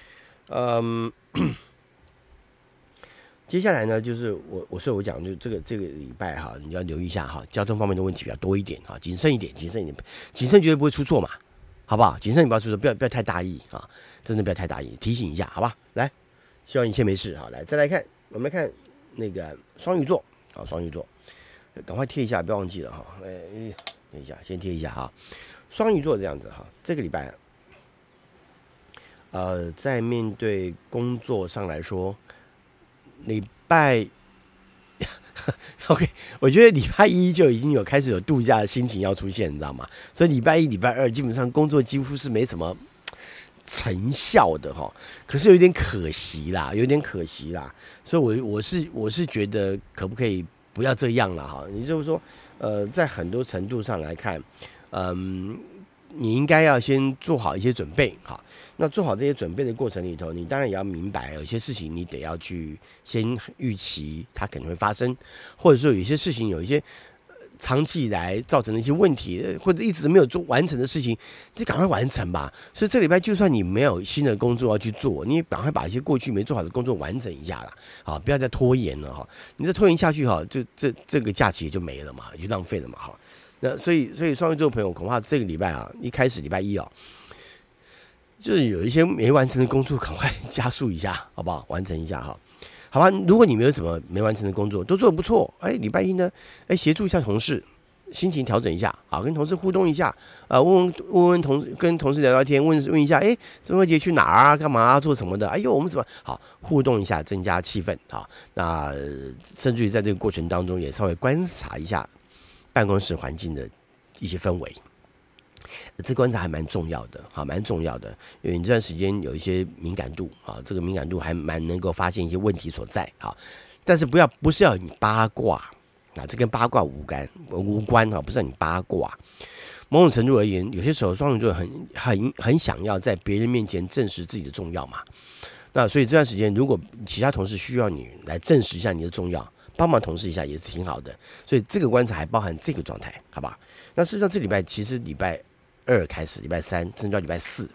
[SPEAKER 1] 接下来呢，就是所以我讲就这个礼拜你要留意一下交通方面的问题比较多一点谨慎一点，谨慎绝对不会出错嘛，好不好？谨慎你不要出错，不要太大意真的不要太大意，提醒一下，好吧？来，希望一切没事来，再来看，我们来看那个双鱼座双鱼座，赶快贴一下，不要忘记了等一下，先贴一下双鱼座这样子这个礼拜在面对工作上来说，礼拜OK， 我觉得礼拜一就已经开始有度假的心情要出现，你知道吗？所以礼拜一、礼拜二基本上工作几乎是没什么成效的可是有点可惜啦，所以我是觉得可不可以不要这样了也就是说在很多程度上来看你应该要先做好一些准备那做好这些准备的过程里头，你当然也要明白有些事情你得要去先预期它可能会发生，或者说有些事情有一些长期以来造成的一些问题，或者一直没有做完成的事情，就赶快完成吧。所以这礼拜就算你没有新的工作要去做，你也赶快把一些过去没做好的工作完成一下啦，不要再拖延了你再拖延下去这个假期也就没了嘛，也就浪费了嘛那所以双鱼座朋友恐怕这个礼拜一开始礼拜一就是有一些没完成的工作，赶快加速一下，好不好？完成一下好， 好吧？如果你没有什么没完成的工作，都做得不错，礼拜一呢，协助一下同事，心情调整一下，跟同事互动一下，问跟同事聊聊天，问一下，中秋节去哪儿啊？干嘛啊？做什么的？我们什么好互动一下，增加气氛啊。那甚至于在这个过程当中，也稍微观察一下办公室环境的一些氛围。这观察还蛮重要的，蛮重要的，因为你这段时间有一些敏感度，这个敏感度还蛮能够发现一些问题所在，但是不是要你八卦，这跟八卦无关，不是要你八卦。某种程度而言，有些时候双鱼座很想要在别人面前证实自己的重要嘛，那所以这段时间如果其他同事需要你来证实一下你的重要，帮忙同事一下也是挺好的，所以这个观察还包含这个状态，好吧？那事实上这礼拜其实礼拜2开始，礼拜3甚至到礼拜4，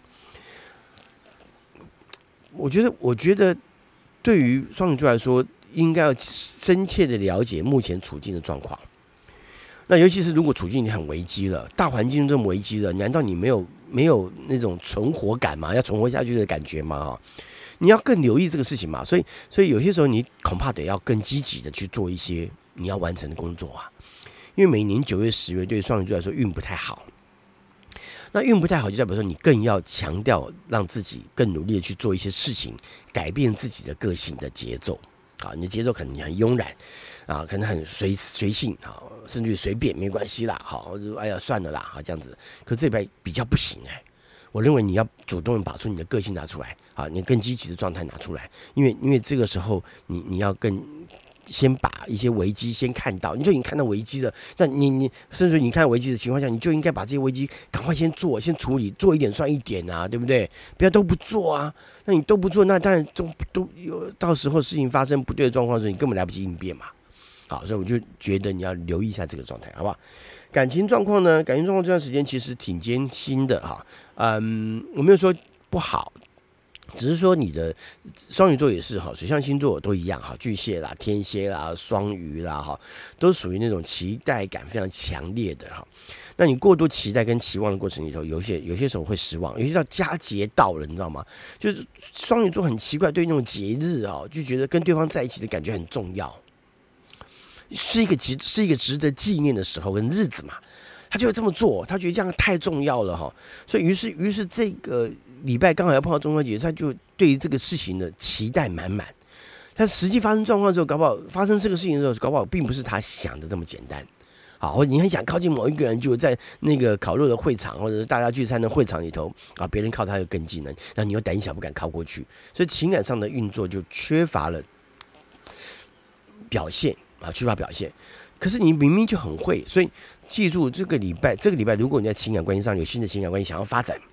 [SPEAKER 1] 我觉得对于双鱼座来说，应该要深切的了解目前处境的状况。那尤其是如果处境已经很危机了，大环境这么危机了，难道你没有那种存活感吗？要存活下去的感觉吗？你要更留意这个事情嘛。所以有些时候你恐怕得要更积极的去做一些你要完成的工作啊。因为每年9月、10月对双鱼座来说运不太好。那运不太好，就代表说你更要强调让自己更努力的去做一些事情，改变自己的个性的节奏。你的节奏可能很慵懒可能很随性甚至随便没关系啦，算了啦这样子。可这边比较不行我认为你要主动把出你的个性拿出来你更积极的状态拿出来，因为这个时候你要更。先把一些危机先看到，你就已经看到危机了。那你甚至你看到危机的情况下，你就应该把这些危机赶快先处理，做一点算一点啊，对不对？不要都不做啊。那你都不做，那当然都有到时候事情发生不对的状况的时候，你根本来不及应变嘛。好，所以我就觉得你要留意一下这个状态，好不好？感情状况呢？感情状况这段时间其实挺艰辛的我没有说不好。只是说你的双鱼座也是水象星座都一样巨蟹啦、天蝎啦、双鱼啦都属于那种期待感非常强烈的那你过多期待跟期望的过程里头，有些时候会失望，有些叫佳节到了，你知道吗？就是双鱼座很奇怪，对那种节日就觉得跟对方在一起的感觉很重要，是一个值得纪念的时候跟日子嘛。他就会这么做，他觉得这样太重要了所以于是这个礼拜刚好要碰到中秋节，他就对于这个事情的期待满满。但实际发生状况之后，搞不好发生这个事情的时候，搞不好并不是他想的这么简单。或者你很想靠近某一个人，就在那个烤肉的会场，或者是大家聚餐的会场里头别人靠他又更近了，那你又胆小不敢靠过去，所以情感上的运作就缺乏了表现缺乏表现。可是你明明就很会，所以记住这个礼拜，如果你在情感关系上有新的情感关系想要发展，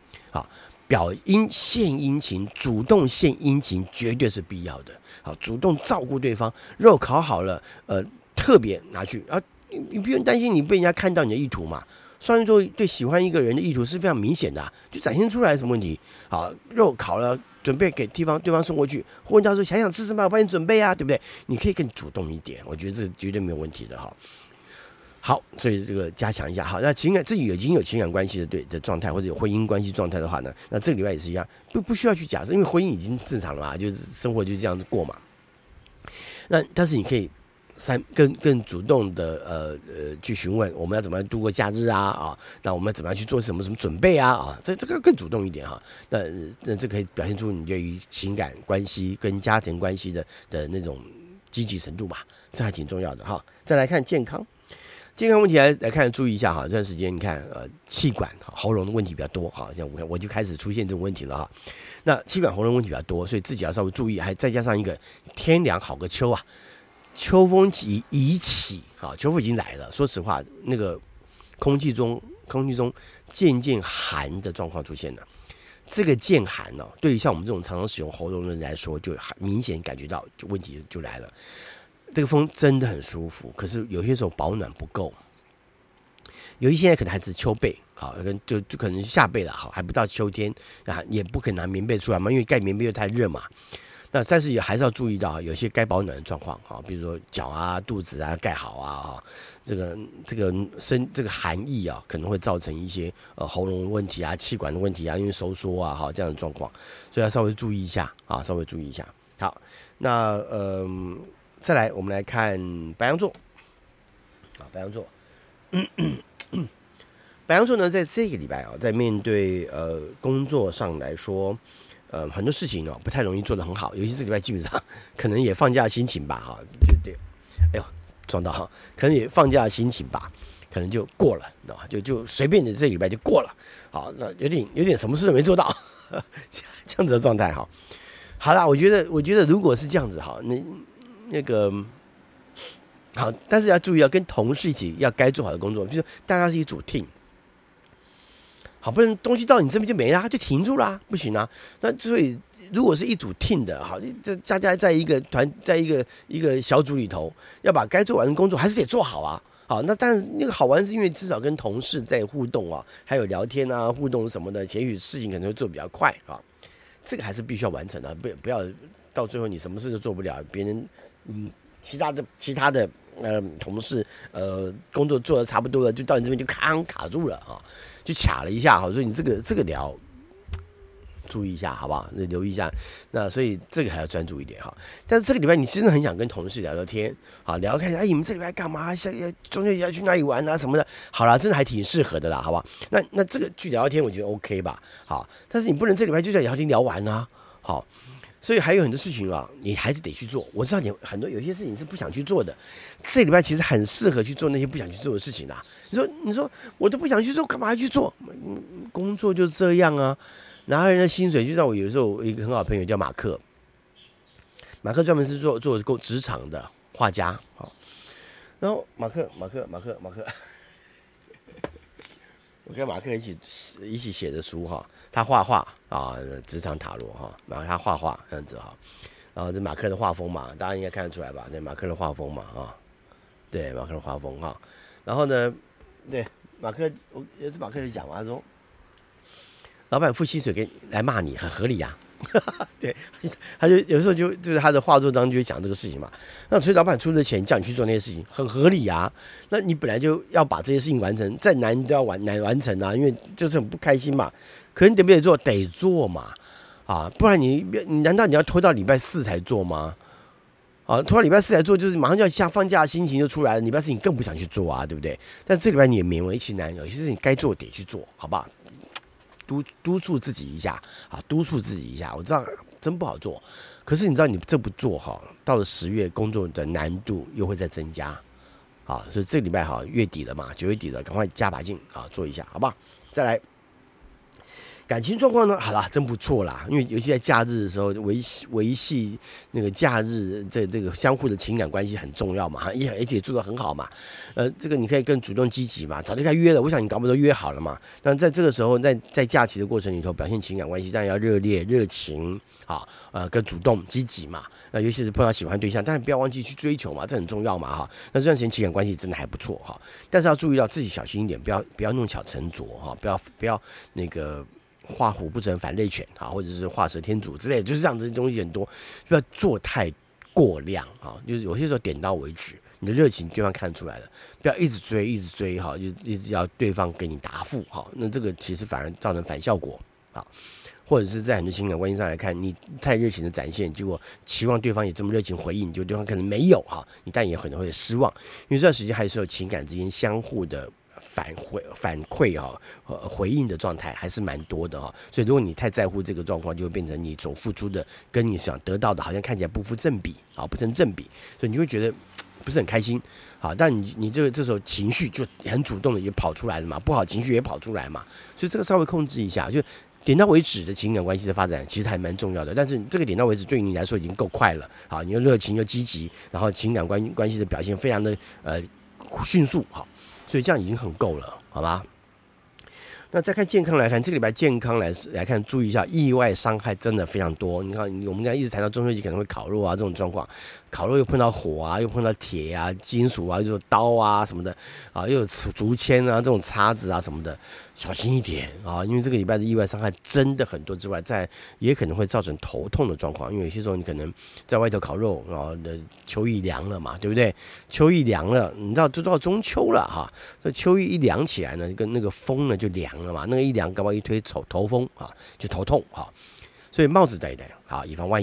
[SPEAKER 1] 献殷勤，主动献殷勤绝对是必要的。主动照顾对方，肉烤好了，特别拿去你不用担心你被人家看到你的意图嘛。双鱼座对喜欢一个人的意图是非常明显的就展现出来什么问题？肉烤了，准备给对方送过去，或问他说想吃什么，我帮你准备啊，对不对？你可以更主动一点，我觉得这绝对没有问题的好，所以这个加强一下那自己已经有情感关系的状态，或者有婚姻关系状态的话呢，那这个礼拜也是一样，不需要去假设，因为婚姻已经正常了嘛，就是生活就这样子过嘛。那但是你可以更主动的去询问我们要怎么样度过假日那我们怎么样去做什么准备这个更主动一点那这可以表现出你对于情感关系跟家庭关系的那种积极程度嘛，这还挺重要的再来看健康问题来看，注意一下这段时间你看气管喉咙的问题比较多像我就开始出现这种问题了那气管喉咙问题比较多，所以自己要稍微注意，还再加上一个天凉好个秋秋风已起秋风已经来了。说实话，那个空气中渐渐寒的状况出现了。这个渐寒对于像我们这种常常使用喉咙的人来说，就明显感觉到就问题就来了。这个风真的很舒服，可是有些时候保暖不够。有一些可能还是秋被就可能夏被了还不到秋天也不可能拿棉被出来嘛，因为盖棉被又太热嘛。那但是也还是要注意到有些该保暖的状况比如说脚肚子盖好这个寒意可能会造成一些喉咙的问题气管的问题因为收缩这样的状况，所以要稍微注意一下稍微注意一下。 好，那再来我们来看白羊座。啊，白羊座，白羊座呢，在这个礼拜啊，在面对工作上来说，很多事情哦不太容易做得很好，尤其是这个礼拜基本上可能也放假的心情吧，哈，就对，哎呦撞到哈，可能也放假的心情吧，可能就过了，就随便的这个礼拜就过了，好，那有点什么事都没做到，这样子的状态哈。好啦，我觉得如果是这样子哈，那个。好，但是要注意，要跟同事一起要该做好的工作，比如说大家是一组 team， 好，不能东西到你这边就没啦，就停住啦，不行啊。那所以如果是一组 team 的，好，这大家在一个团，在一个小组里头，要把该做完的工作还是得做好啊。好，那但是那个好玩是因为至少跟同事在互动啊，还有聊天啊、互动什么的，也许事情可能会做比较快啊。这个还是必须要完成的，不要到最后你什么事都做不了，别人其他的同事工作做的差不多了，就到你这边就卡住了啊，就卡了一下哈，所以你这个得要注意一下，好不好？留意一下。那所以这个还要专注一点哈。但是这个礼拜你真的很想跟同事聊聊天，好聊看一下，哎，你们这礼拜干嘛？中秋节要去哪里玩啊什么的？好啦，真的还挺适合的啦，好不好？那这个去聊聊天，我觉得 OK 吧？好，但是你不能这礼拜就在聊天聊完啊，好。所以还有很多事情啊，你还是得去做。我知道你有些事情是不想去做的，这礼拜其实很适合去做那些不想去做的事情啊。你说我都不想去做，干嘛要去做？工作就这样啊。拿人的薪水，就像我有时候我一个很好的朋友叫马克专门是做职场的画家，好，然后马克，我跟马克一起写的书哈，他画画啊，职场塔罗哈，然后他画画这样子哈，然后这马克的画风嘛，大家应该看得出来吧？对，马克的画风嘛啊，对，马克的画风哈，然后呢，对马克，有次马克就讲嘛，他说，老板付薪水来骂你，很合理呀、对，他就有时候就是他的画作当中就会讲这个事情嘛。那所以老板出的钱叫你去做那些事情，很合理啊。那你本来就要把这些事情完成，再难都要完成啊，因为就是很不开心嘛。可是你得不得做？得做嘛，啊，不然你难道你要拖到礼拜4才做吗？啊，拖到礼拜4才做，就是马上就要放假的心情就出来了，礼拜4你更不想去做啊，对不对？但这礼拜你也勉为其难，有些事情该做得去做，好不好？督促自己一下啊，督促自己一下。我知道真不好做，可是你知道你这不做哈，到了10月工作的难度又会再增加，啊，所以这个礼拜哈月底了嘛，9月底了，赶快加把劲啊，做一下，好不好？再来。感情状况呢？好啦，真不错啦。因为尤其在假日的时候，维系那个假日这个相互的情感关系很重要嘛，而且做得很好嘛。这个你可以更主动积极嘛，早就该约了。我想你搞不都约好了嘛。那在这个时候，在假期的过程里头，表现情感关系当然要热烈、热情啊，更主动、积极嘛。那尤其是碰到喜欢对象，当然不要忘记去追求嘛，这很重要嘛哈。那这段时间情感关系真的还不错哈，但是要注意到自己小心一点，不要弄巧成拙哈，不要那个。画虎不成反类犬啊，或者是画蛇添足之类的，就是这样子的东西很多，不要做太过量啊，就是有些时候点到为止，你的热情对方看出来了，不要一直追哈，就一直要对方给你答复哈，那这个其实反而造成反效果啊，或者是在很多情感关系上来看，你太热情的展现，结果期望对方也这么热情回应，就对方可能没有哈，你但也可能会失望，因为这段时间还是有情感之间相互的。反馈哈，回应的状态还是蛮多的哈，所以如果你太在乎这个状况，就会变成你所付出的跟你想得到的，好像看起来不成正比，所以你就会觉得不是很开心，好，但你这时候情绪就很主动的也跑出来了嘛，不好情绪也跑出来嘛，所以这个稍微控制一下，就点到为止的情感关系的发展其实还蛮重要的，但是这个点到为止对你来说已经够快了，好，你又热情又积极，然后情感关系的表现非常的迅速，好。所以这样已经很够了，好吧？那再看健康来看，这个礼拜健康来看，注意一下，意外伤害真的非常多。你看，我们刚才一直谈到中秋节可能会烤肉啊这种状况，烤肉又碰到火啊，又碰到铁啊、金属啊，又有刀啊什么的啊，又有竹签啊这种叉子啊什么的，小心一点啊！因为这个礼拜的意外伤害真的很多之外，也可能会造成头痛的状况。因为有些时候你可能在外头烤肉，然后秋意凉了嘛，对不对？秋意凉了，你知道就到中秋了哈，这秋意一凉起来呢，跟那个风呢就凉了嘛，那个一凉，搞不好一推头风啊，就头痛啊。所以帽子戴一戴啊，以防万一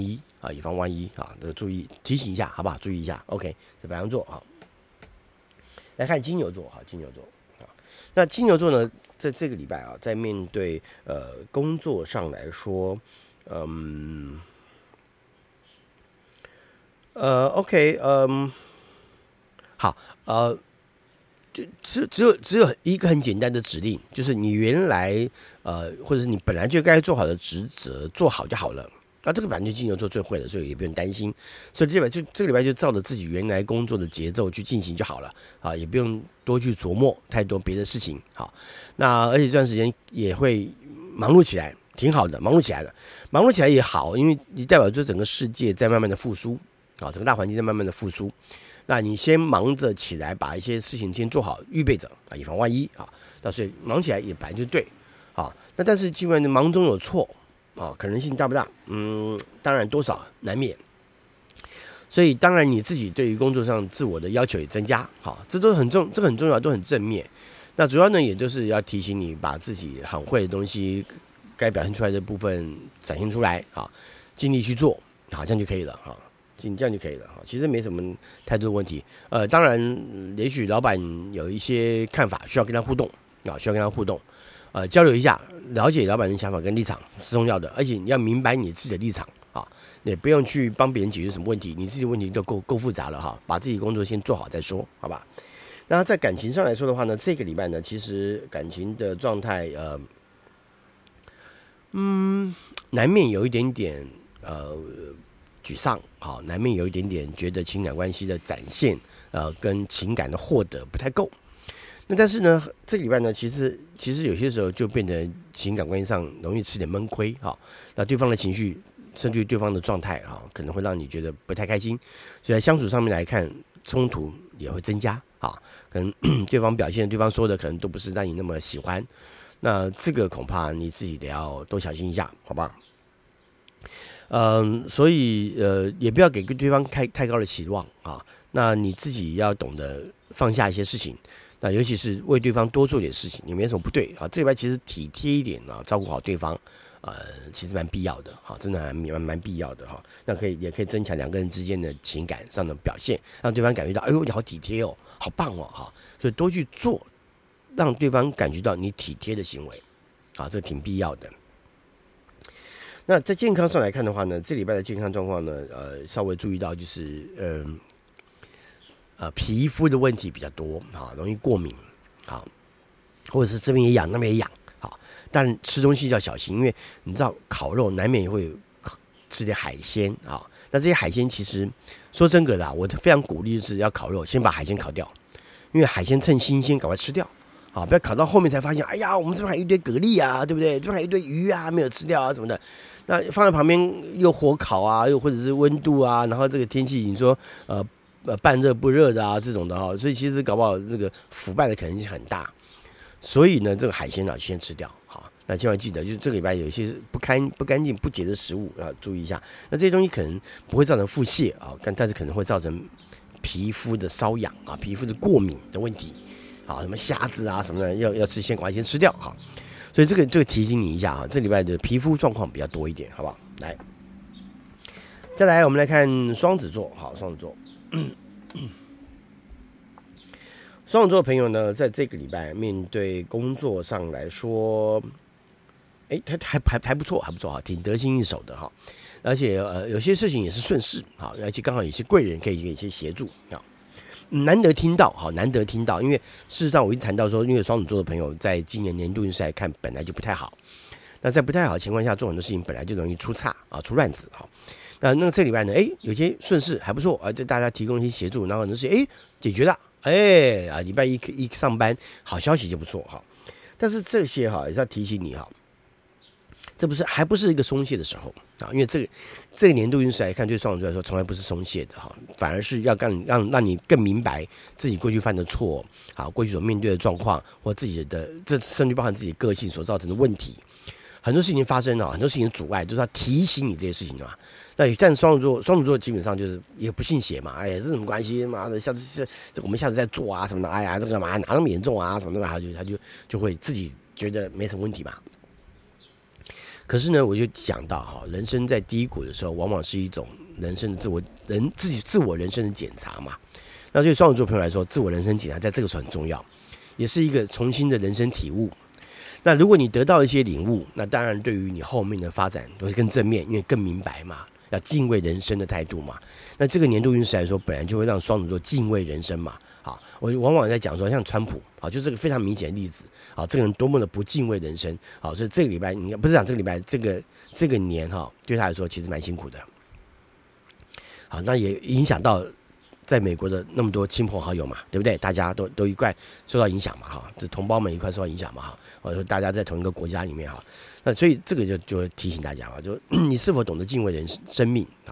[SPEAKER 1] 啊，以防万一啊，这个注意提醒一下，好不好？注意一下。OK， 这白羊座啊，来看金牛座哈，金牛座啊，那金牛座呢，在这个礼拜啊，在面对工作上来说，OK，好，就只有一个很简单的指令，就是你原来或者是你本来就该做好的职责做好就好了。那这个本来就金牛座最会的，所以也不用担心。所以这个礼拜就照着自己原来工作的节奏去进行就好了啊，也不用多去琢磨太多别的事情。好，那而且这段时间也会忙碌起来，挺好的，忙碌起来的，忙碌起来也好，因为你代表着整个世界在慢慢的复苏啊，整个大环境在慢慢的复苏。那你先忙着起来，把一些事情先做好，预备着啊，以防万一啊。那所以忙起来也本来就对啊。那但是尽管忙中有错啊，可能性大不大？当然多少难免。所以当然你自己对于工作上自我的要求也增加，好，这都很重要，都很正面。那主要呢，也就是要提醒你把自己很会的东西，该表现出来的部分展现出来啊，尽力去做，好，这样就可以了哈。这样就可以了哈，其实没什么太多的问题。当然，也许老板有一些看法，需要跟他互动啊，交流一下，了解老板的想法跟立场是重要的，而且你要明白你自己的立场啊，也不用去帮别人解决什么问题，你自己的问题都够复杂了哈，把自己工作先做好再说，好吧？那在感情上来说的话呢，这个礼拜呢，其实感情的状态难免有一点点沮丧，好，难免有一点点觉得情感关系的展现，跟情感的获得不太够。那但是呢，这个礼拜呢，其实有些时候就变得情感关系上容易吃点闷亏，哈。那对方的情绪，甚至于对方的状态，哈，可能会让你觉得不太开心。所以在相处上面来看，冲突也会增加，啊，可能对方表现、对方说的可能都不是让你那么喜欢。那这个恐怕你自己得要多小心一下，好吧？所以也不要给对方太高的期望啊。那你自己要懂得放下一些事情，那尤其是为对方多做点事情，也没什么不对啊。这礼拜其实体贴一点啊，照顾好对方，其实蛮必要的哈，真的还蛮必要的哈。那也可以增强两个人之间的情感上的表现，让对方感觉到，哎呦，你好体贴哦，好棒哦哈。所以多去做，让对方感觉到你体贴的行为，啊，这挺必要的。那在健康上来看的话呢，这礼拜的健康状况呢，稍微注意到就是皮肤的问题比较多，啊，容易过敏，好，或者是这边也痒那边也痒，好，但吃东西要小心，因为你知道烤肉难免会吃点海鲜啊，那这些海鲜其实说真格的我非常鼓励就是要烤肉，先把海鲜烤掉，因为海鲜趁新鲜赶快吃掉。啊，不要烤到后面才发现，哎呀，我们这边还有一堆蛤蜊啊，对不对？这边还有一堆鱼啊，没有吃掉啊什么的。那放在旁边又火烤啊，又或者是温度啊，然后这个天气你说半热不热的啊这种的哈，所以其实搞不好那个腐败的可能性很大。所以呢，这个海鲜啊先吃掉，好，那千万记得，就是这个礼拜有一些不干净不洁的食物啊，注意一下。那这些东西可能不会造成腹泻啊，但是可能会造成皮肤的瘙痒啊，皮肤的过敏的问题。好，什么虾子啊什么的，要吃先赶快先吃掉哈。所以这个提醒你一下啊，这礼拜的皮肤状况比较多一点，好不好？来，再来我们来看双子座，好，双子座，双子座的朋友呢，在这个礼拜面对工作上来说，他还不错，哈，挺得心应手的哈。而且有些事情也是顺势，好，而且刚好有些贵人可以给一些协助啊。难得听到，因为事实上我一直谈到说，因为双子座的朋友在今年年度运势来看本来就不太好，那在不太好的情况下做很多事情本来就容易出岔啊，出乱子哈。那这礼拜呢，有些顺势还不错啊，对大家提供一些协助，然后很多事情解决了，礼拜一上班好消息就不错哈。但是这些哈也是要提醒你哈，这还不是一个松懈的时候啊，因为这个年度运势来看，对双子座来说从来不是松懈的哈，反而是要让你更明白自己过去犯的错，好，过去所面对的状况，或自己的这甚至包含自己个性所造成的问题，很多事情发生了，很多事情的阻碍，都是要提醒你这些事情的嘛。但双子座基本上就是也不信邪嘛，这什么关系？妈的，我们下次再做啊什么的，这个嘛哪那么严重啊什么的，他就会自己觉得没什么问题嘛。 可是呢，我就讲到哈，人生在低谷的时候，往往是一种人生的自我人生的检查嘛。那对双子座朋友来说，自我人生检查在这个时候很重要，也是一个重新的人生体悟。那如果你得到一些领悟，那当然对于你后面的发展都会更正面，因为更明白嘛，要敬畏人生的态度嘛。那这个年度运势来说，本来就会让双子座敬畏人生嘛。好，我往往在讲说，像川普，好，就这个非常明显的例子。好，这个人多么的不敬畏人生。好，所以这个礼拜，你不是讲这个礼拜，这个年哈，对他来说其实蛮辛苦的。好，那也影响到在美国的那么多亲朋好友嘛，对不对？大家都一块受到影响嘛，哈，这同胞们一块受到影响嘛，哈，或者说大家在同一个国家里面哈，那所以这个就会提醒大家嘛，就你是否懂得敬畏生命啊？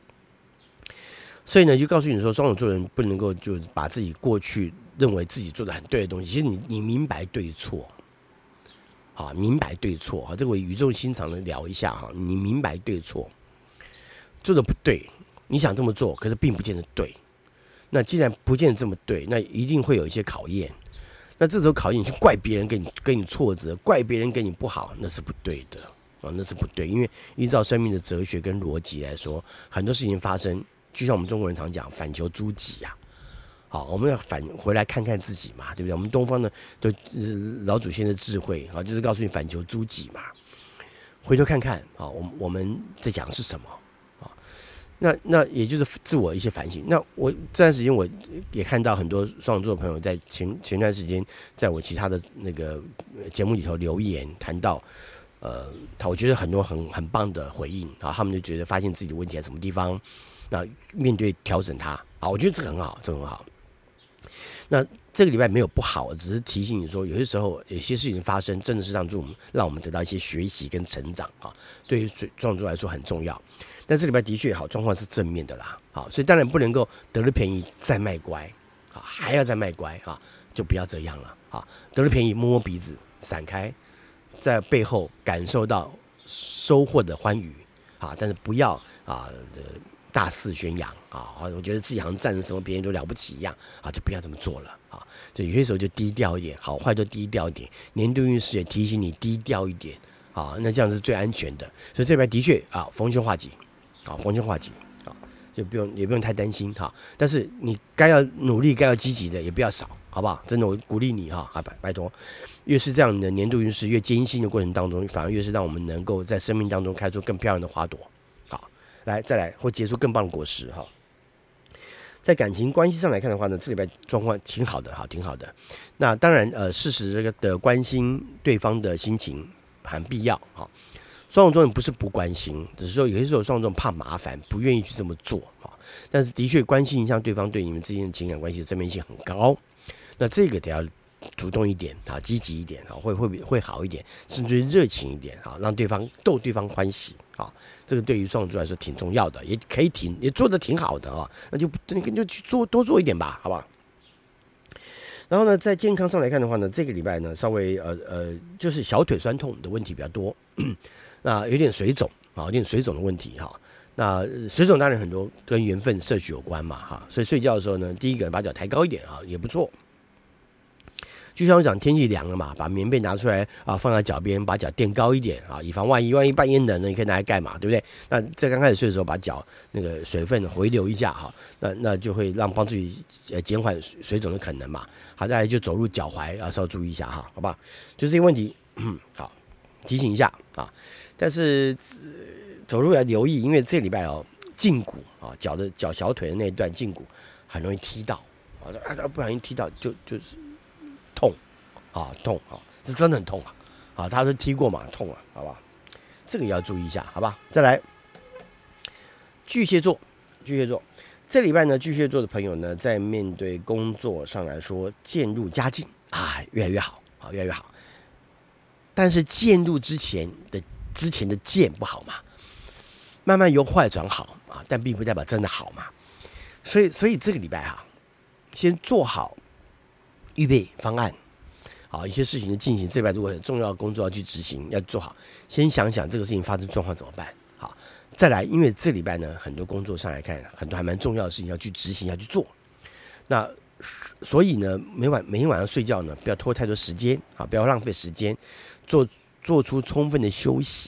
[SPEAKER 1] 所以呢，就告诉你说，双子座人不能够就把自己过去认为自己做的很对的东西，其实你明白对错，好，明白对错，好，这个我语重心长的聊一下哈，你明白对错，做的不对，你想这么做，可是并不见得对。那既然不见得这么对，那一定会有一些考验。那这时候考验，你去怪别人给你挫折，怪别人给你不好，那是不对的啊，那是不对。因为依照生命的哲学跟逻辑来说，很多事情发生，就像我们中国人常讲，反求诸己啊。好，我们要返回来看看自己嘛，对不对？我们东方呢，都老祖先的智慧啊，就是告诉你反求诸己嘛。回头看看啊，我们在讲的是什么？那也就是自我一些反省。那我这段时间我也看到很多双子座的朋友在前段时间在我其他的那个节目里头留言谈到，我觉得很多很棒的回应啊，他们就觉得发现自己的问题在什么地方，那面对调整它啊，我觉得这个很好，这个很好。那这个礼拜没有不好，只是提醒你说，有些时候有些事情发生，真的是让我们得到一些学习跟成长啊，对于双子座来说很重要。但这礼拜的确好，状况是正面的啦，好，所以当然不能够得了便宜再卖乖，好，还要再卖乖啊，就不要这样了，好，得了便宜摸摸鼻子闪开，在背后感受到收获的欢愉，啊，但是不要啊大肆宣扬啊，我觉得自己好像占了什么别人都了不起一样啊，就不要这么做了啊，就有些时候就低调一点，好坏都低调一点，年度运势也提醒你低调一点啊，那这样是最安全的，所以这边的确啊逢凶化吉。好，逢凶化吉，好，也不用太担心哈。但是你该要努力、该要积极的也不要少，好不好？真的，我鼓励你哈，拜托。越是这样的年度运势越艰辛的过程当中，反而越是让我们能够在生命当中开出更漂亮的花朵。好，再来或结出更棒的果实哈。在感情关系上来看的话呢，这礼拜状况挺好的哈，挺好的。那当然适时的关心对方的心情很必要哈。双子座人不是不关心，只是说有些时候双子座怕麻烦，不愿意去这么做啊。但是的确关心一下对方对你们之间的情感关系的正面性很高，那这个得要主动一点啊，积极一点啊，会好一点，甚至热情一点啊，让对方逗对方欢喜啊。这个对于双子座来说挺重要的，也可以也做得挺好的啊。那就去多做一点吧，好不好？然后呢，在健康上来看的话呢，这个礼拜呢稍微就是小腿酸痛的问题比较多。那有点水肿啊，有点水肿的问题哈。那水肿当然很多跟缘分摄取有关嘛哈，所以睡觉的时候呢，第一个把脚抬高一点啊，也不错。就像我讲，天气凉了嘛，把棉被拿出来啊，放在脚边，把脚垫高一点啊，以防万一半夜冷了，你可以拿来盖嘛，对不对？那在刚开始睡的时候，把脚那个水分回流一下哈，那就会帮助你减缓水肿的可能嘛。好，再来就走入脚踝啊，稍微注意一下哈，好吧？就这个问题，好，提醒一下啊。但是走路要留意，因为这个礼拜胫骨啊，脚小腿的那一段胫骨很容易踢到啊，不小心踢到就是痛啊，是真的很痛啊，他都踢过嘛，痛啊，好吧，这个也要注意一下，好吧？再来，巨蟹座，这礼拜呢，巨蟹座的朋友呢，在面对工作上来说，渐入佳境啊，越来越好啊，越来越好。但是渐入之前的渐不好嘛，慢慢由坏转好啊，但并不代表真的好嘛。所以这个礼拜先做好预备方案，好，一些事情的进行。这礼拜如果很重要的工作要去执行，要做好，先想想这个事情发生状况怎么办。好，再来，因为这礼拜呢，很多工作上来看，很多还蛮重要的事情要去执行，要去做。那所以呢，每天晚上睡觉呢，不要拖太多时间啊，不要浪费时间，做出充分的休息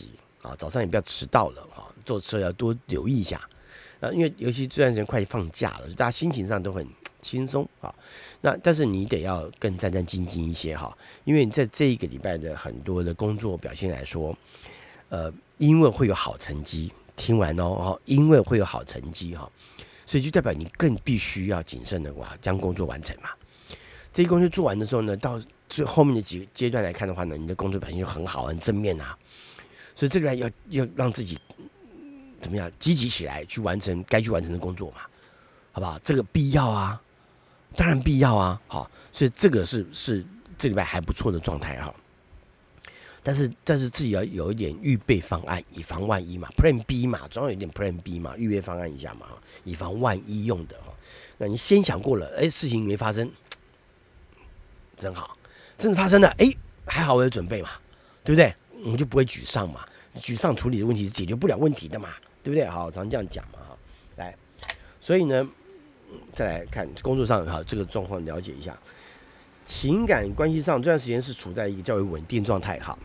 [SPEAKER 1] 啊，早上也不要迟到了啊，坐车要多留意一下。因为尤其这段时间快放假了，大家心情上都很轻松啊。那但是你得要更战战兢兢一些哈，因为在这一个礼拜的很多的工作表现来说，因为会有好成绩，听完哦，因为会有好成绩哈，所以就代表你更必须要谨慎的将工作完成嘛。这些工作做完的时候呢，到最后面的几个阶段来看的话呢，你的工作表现就很好，很正面啊。所以这个要让自己怎么样积极起来，去完成该去完成的工作嘛，好不好？这个必要啊，当然必要啊，好，所以这个是这礼拜还不错的状态哈。但是自己要有一点预备方案，以防万一嘛 ，Plan B 嘛，总要有一点 Plan B 嘛，预备方案一下嘛，以防万一用的哈。那你先想过了，事情没发生，真好，真的发生了，还好我有准备嘛，对不对？我们就不会沮丧嘛，沮丧处理的问题是解决不了问题的嘛，对不对？好，常这样讲嘛，哈，来，所以呢，再来看工作上哈这个状况了解一下，情感关系上这段时间是处在一个较为稳定状态哈。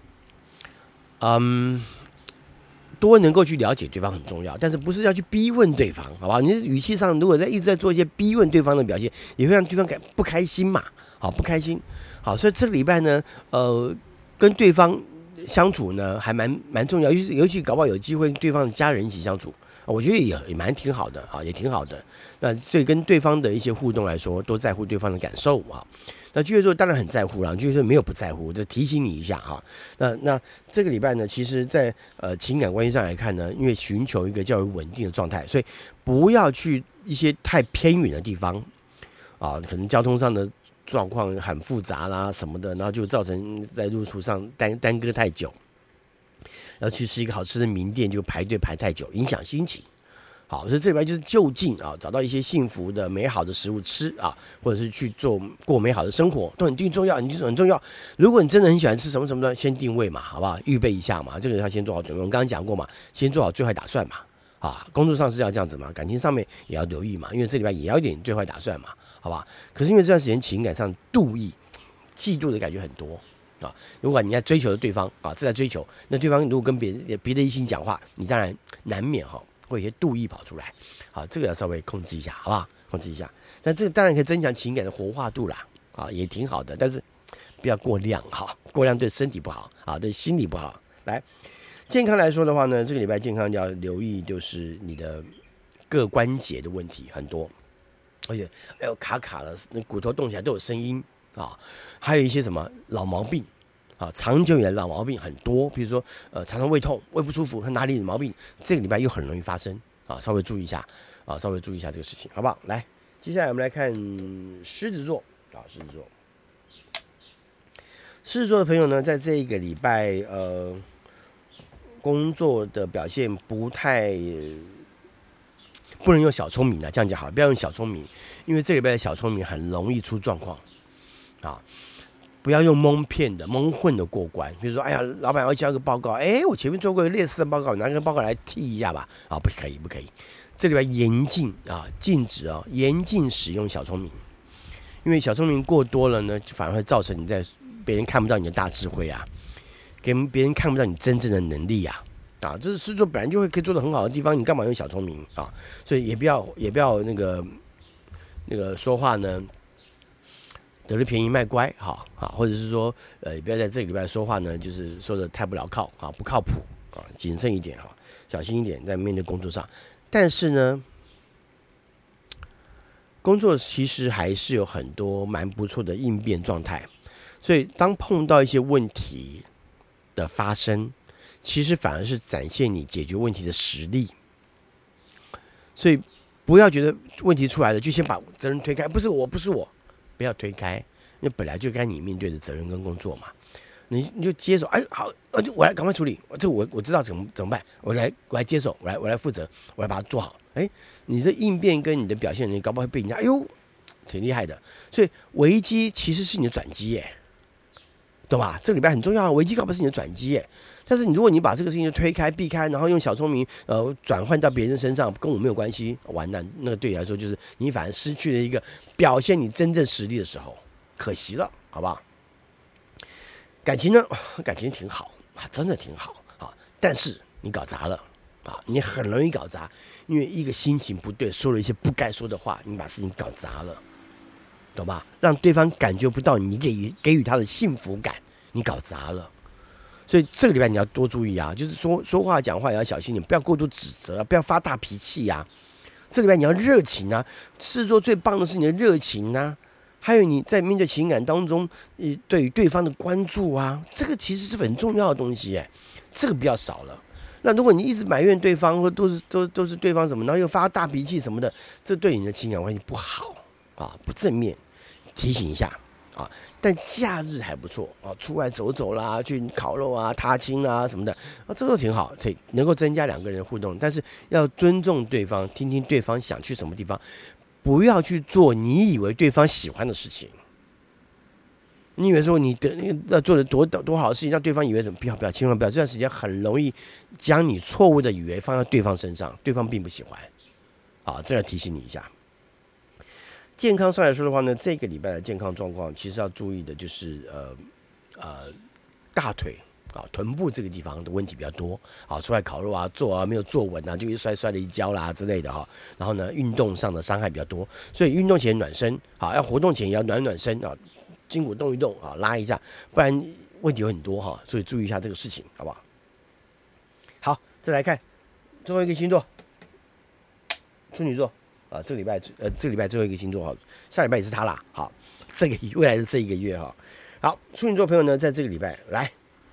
[SPEAKER 1] 多能够去了解对方很重要，但是不是要去逼问对方，好不好？你语气上如果一直在做一些逼问对方的表现，也会让对方不开心嘛，好，不开心。好，所以这个礼拜呢，跟对方相处呢还蛮重要，尤其搞不好有机会跟对方的家人一起相处，我觉得也挺好的啊，也挺好的。那所以跟对方的一些互动来说，多在乎对方的感受啊。那巨蟹座当然很在乎啦，巨蟹座没有不在乎，这提醒你一下啊。那这个礼拜呢，其实在情感关系上来看呢，因为寻求一个较为稳定的状态，所以不要去一些太偏远的地方啊，可能交通上的状况很复杂啦什么的，然后就造成在路途上耽搁太久，然后去吃一个好吃的名店就排队排太久，影响心情。好，所以这里边就是就近啊，找到一些幸福的、美好的食物吃啊，或者是去过美好的生活，都很重要，很重要。如果你真的很喜欢吃什么什么的，先定位嘛，好不好？预备一下嘛，这个要先做好准备。我们刚刚讲过嘛，先做好最坏打算嘛。啊，工作上是要这样子嘛，感情上面也要留意嘛，因为这礼拜也要一点最坏打算嘛，好吧？可是因为这段时间情感上妒意、嫉妒的感觉很多啊。如果你在追求的对方啊，正在追求，那对方如果跟别的异性讲话，你当然难免会有些妒意跑出来，好，这个要稍微控制一下，好不好？控制一下。那这个当然可以增强情感的活化度啦，啊，也挺好的，但是不要过量哈，过量对身体不好啊，对心理不好。来，健康来说的话呢，这个礼拜健康要留意就是你的各关节的问题很多，而且卡的，那骨头动起来都有声音啊，还有一些什么老毛病。啊，长久以来老毛病很多，比如说常常胃痛、胃不舒服，和哪里有毛病，这个礼拜又很容易发生啊，稍微注意一下啊，稍微注意一下这个事情，好不好？来，接下来我们来看狮子座啊，狮子座的朋友呢，在这一个礼拜工作的表现不能用小聪明啊，这样讲好了，不要用小聪明，因为这礼拜的小聪明很容易出状况啊。不要用蒙骗的、蒙混的过关。比如说，哎呀，老板要交个报告，我前面做过类似的报告，拿个报告来替一下吧。啊，不可以。这里边严禁啊，禁止哦，严禁使用小聪明，因为小聪明过多了呢，反而会造成你在别人看不到你的大智慧啊，给别人看不到你真正的能力啊。啊，这是狮子座本来就可以做得很好的地方，你干嘛用小聪明啊？所以也不要那个说话呢。得了便宜卖乖，好，或者是说，不要在这个礼拜说话呢，就是说的太不牢靠啊，不靠谱啊，谨慎一点哈，小心一点在面对工作上。但是呢，工作其实还是有很多蛮不错的应变状态，所以当碰到一些问题的发生，其实反而是展现你解决问题的实力。所以不要觉得问题出来了就先把责任推开，不是我。不要推开，因为本来就该你面对的责任跟工作嘛，你就接手。好，我来赶快处理，这我知道怎么办，我来接手，我来负责，我来把它做好。你的应变跟你的表现，你搞不好会被人家挺厉害的。所以危机其实是你的转机耶，懂吧？这个礼拜很重要，危机搞不好是你的转机耶。但是如果你把这个事情推开、避开，然后用小聪明转换到别人身上，跟我没有关系，完蛋，那个对你来说就是你反而失去了一个表现你真正实力的时候，可惜了，好不好？感情呢？感情挺好啊，真的挺好啊。 但是你搞砸了啊，你很容易搞砸，因为一个心情不对，说了一些不该说的话，你把事情搞砸了，懂吧？让对方感觉不到你给予他的幸福感，你搞砸了。所以这个礼拜你要多注意啊，就是说话讲话也要小心点，不要过度指责，不要发大脾气啊。这个礼拜你要热情啊，狮子座最棒的是你的热情啊，还有你在面对情感当中，对于对方的关注啊，这个其实是很重要的东西，这个比较少了。那如果你一直埋怨对方，或都是对方什么，然后又发大脾气什么的，这对你的情感关系不好啊，不正面，提醒一下啊。但假日还不错啊，出来走走啦，去烤肉啊、踏青啊什么的啊，这都挺好，能够增加两个人互动。但是要尊重对方，听听对方想去什么地方，不要去做你以为对方喜欢的事情。你以为说你要做的多好的事情，让对方以为什么？不要，千万不要！这段时间很容易将你错误的以为放在对方身上，对方并不喜欢。啊，这要提醒你一下。健康上来说的话呢，这个礼拜的健康状况其实要注意的就是大腿啊、臀部这个地方的问题比较多啊，出来烤肉啊、坐啊没有坐稳啊，就摔了一跤啦之类的哈。然后呢，运动上的伤害比较多，所以运动前暖身啊，要活动前也要暖身啊。筋骨动一动啊，拉一下，不然问题会很多哈，所以注意一下这个事情，好不好？好，再来看最后一个星座，处女座啊，这个礼拜最后一个星座哈，下礼拜也是他啦。好，未来的这一个月哈，好，处女座朋友呢，在这个礼拜来，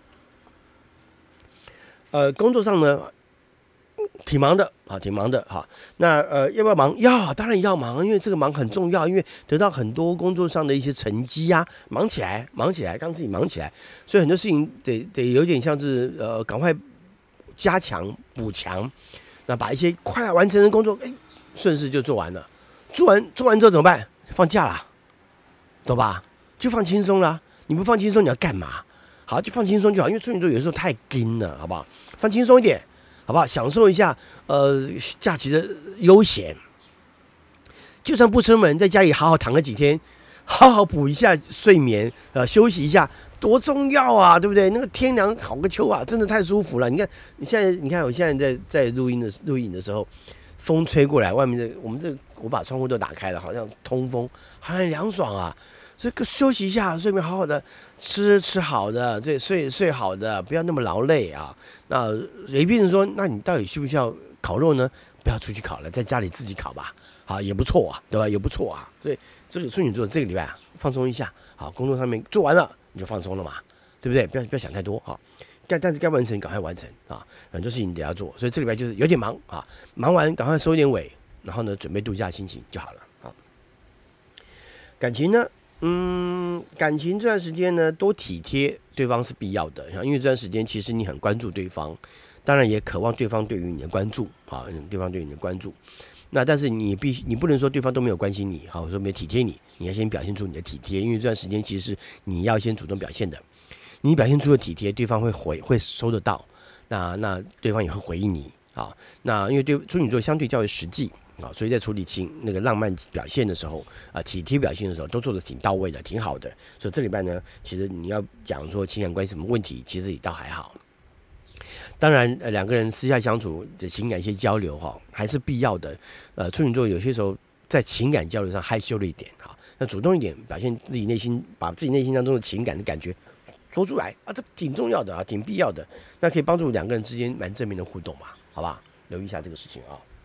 [SPEAKER 1] 工作上呢。挺忙的哈。那要不要忙？当然要忙，因为这个忙很重要，因为得到很多工作上的一些成绩啊，忙起来，让自己忙起来，所以很多事情得有点像是赶快加强补强，那把一些快要完成的工作，顺势就做完了。做完之后怎么办？放假啦，懂吧？就放轻松啦。你不放轻松，你要干嘛？好，就放轻松就好，因为处女座有时候太紧了，好不好？放轻松一点。好不好？享受一下假期的悠闲，就算不出门，在家里好好躺个几天，好好补一下睡眠，休息一下，多重要啊，对不对？那个天凉好个秋啊，真的太舒服了。你看我现在在录影的时候，风吹过来，外面我把窗户都打开了，好像通风，很凉爽啊。所以休息一下，睡眠好好的，吃好的，睡好的，不要那么劳累啊。那有一人说，那你到底需不需要烤肉呢？不要出去烤了，在家里自己烤吧，好也不错啊，对吧？也不错啊。所以这个处女座这个礼拜放松一下，好，工作上面做完了你就放松了嘛，对不对？不要想太多哈。但是该完成赶快完成啊，很多事情得要做，所以这礼拜就是有点忙啊，忙完赶快收一点尾，然后呢准备度假心情就好了。好，感情呢？感情这段时间呢，多体贴对方是必要的，因为这段时间其实你很关注对方，当然也渴望对方对于你的关注啊，对方对你的关注。那但是你不能说对方都没有关心你，好，说没有体贴你，你要先表现出你的体贴，因为这段时间其实是你要先主动表现的，你表现出的体贴，对方会收得到，那对方也会回应你啊。那因为处女座相对较为实际。所以在处理那个浪漫表现的时候体贴表现的时候都做得挺到位的，挺好的。所以这礼拜呢，其实你要讲说情感关系什么问题，其实也倒还好。当然两个人私下相处的情感一些交流还是必要的。处女座有些时候在情感交流上害羞了一点那主动一点，表现自己内心，把自己内心当中的情感的感觉说出来这挺重要的挺必要的。那可以帮助两个人之间蛮正面的互动嘛，好吧？留意一下这个事情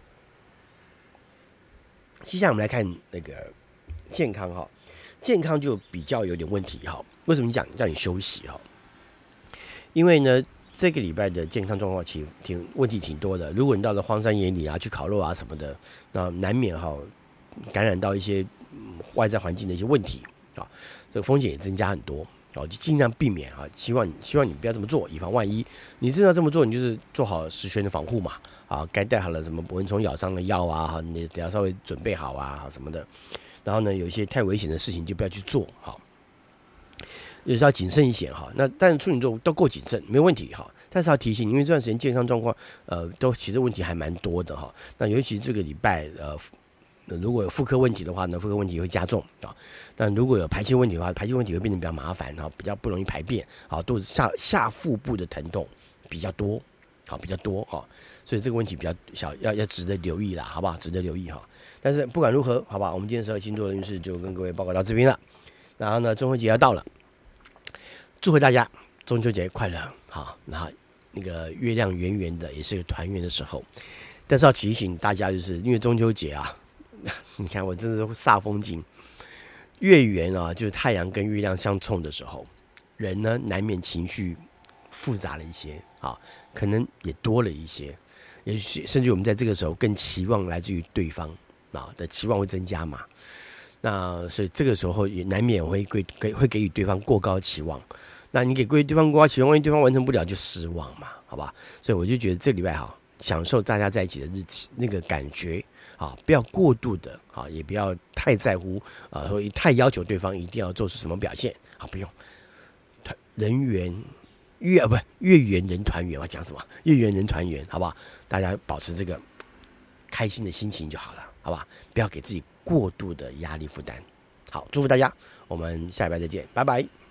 [SPEAKER 1] 接下来我们来看那个健康健康就比较有点问题为什么讲让你休息因为呢这个礼拜的健康状况问题挺多的。如果你到了荒山野岭去烤肉什么的，那难免感染到一些外在环境的一些问题这个风险也增加很多就尽量避免希望你不要这么做，以防万一。你真的要这么做，你就是做好十全的防护嘛该带好了什么蚊虫咬伤的药你得要稍微准备好什么的。然后呢，有一些太危险的事情就不要去做有时候要谨慎一些那但是处女座都够谨慎，没问题但是要提醒你，因为这段时间健康状况都其实问题还蛮多的那尤其这个礼拜如果有妇科问题的话呢，妇科问题会加重但如果有排泄问题的话，排泄问题会变得比较麻烦比较不容易排便肚子下腹部的疼痛比较多好比较多哈，所以这个问题比较小，要值得留意啦，好不好？值得留意哈。但是不管如何，好吧，我们今天12星座的运势就跟各位报告到这边了。然后呢，中秋节要到了，祝贺大家中秋节快乐，好，然后那个月亮圆圆的，也是个团圆的时候。但是要提醒大家，就是因为中秋节啊，你看我真的是煞风景，月圆啊，就是太阳跟月亮相冲的时候，人呢难免情绪复杂了一些，啊，可能也多了一些，也许甚至我们在这个时候更期望来自于对方啊的期望会增加嘛。那所以这个时候也难免会给予对方过高期望，那你给对方过高期望，万一对方完成不了就失望嘛，好吧？所以我就觉得这礼拜好，享受大家在一起的日期那个感觉啊，不要过度的啊，也不要太在乎啊，或太要求对方一定要做出什么表现啊，不用。人缘月圆人团圆，我讲什么？月圆人团圆，好不好？大家保持这个开心的心情就好了，好吧？不要给自己过度的压力负担。好，祝福大家，我们下礼拜再见，拜拜。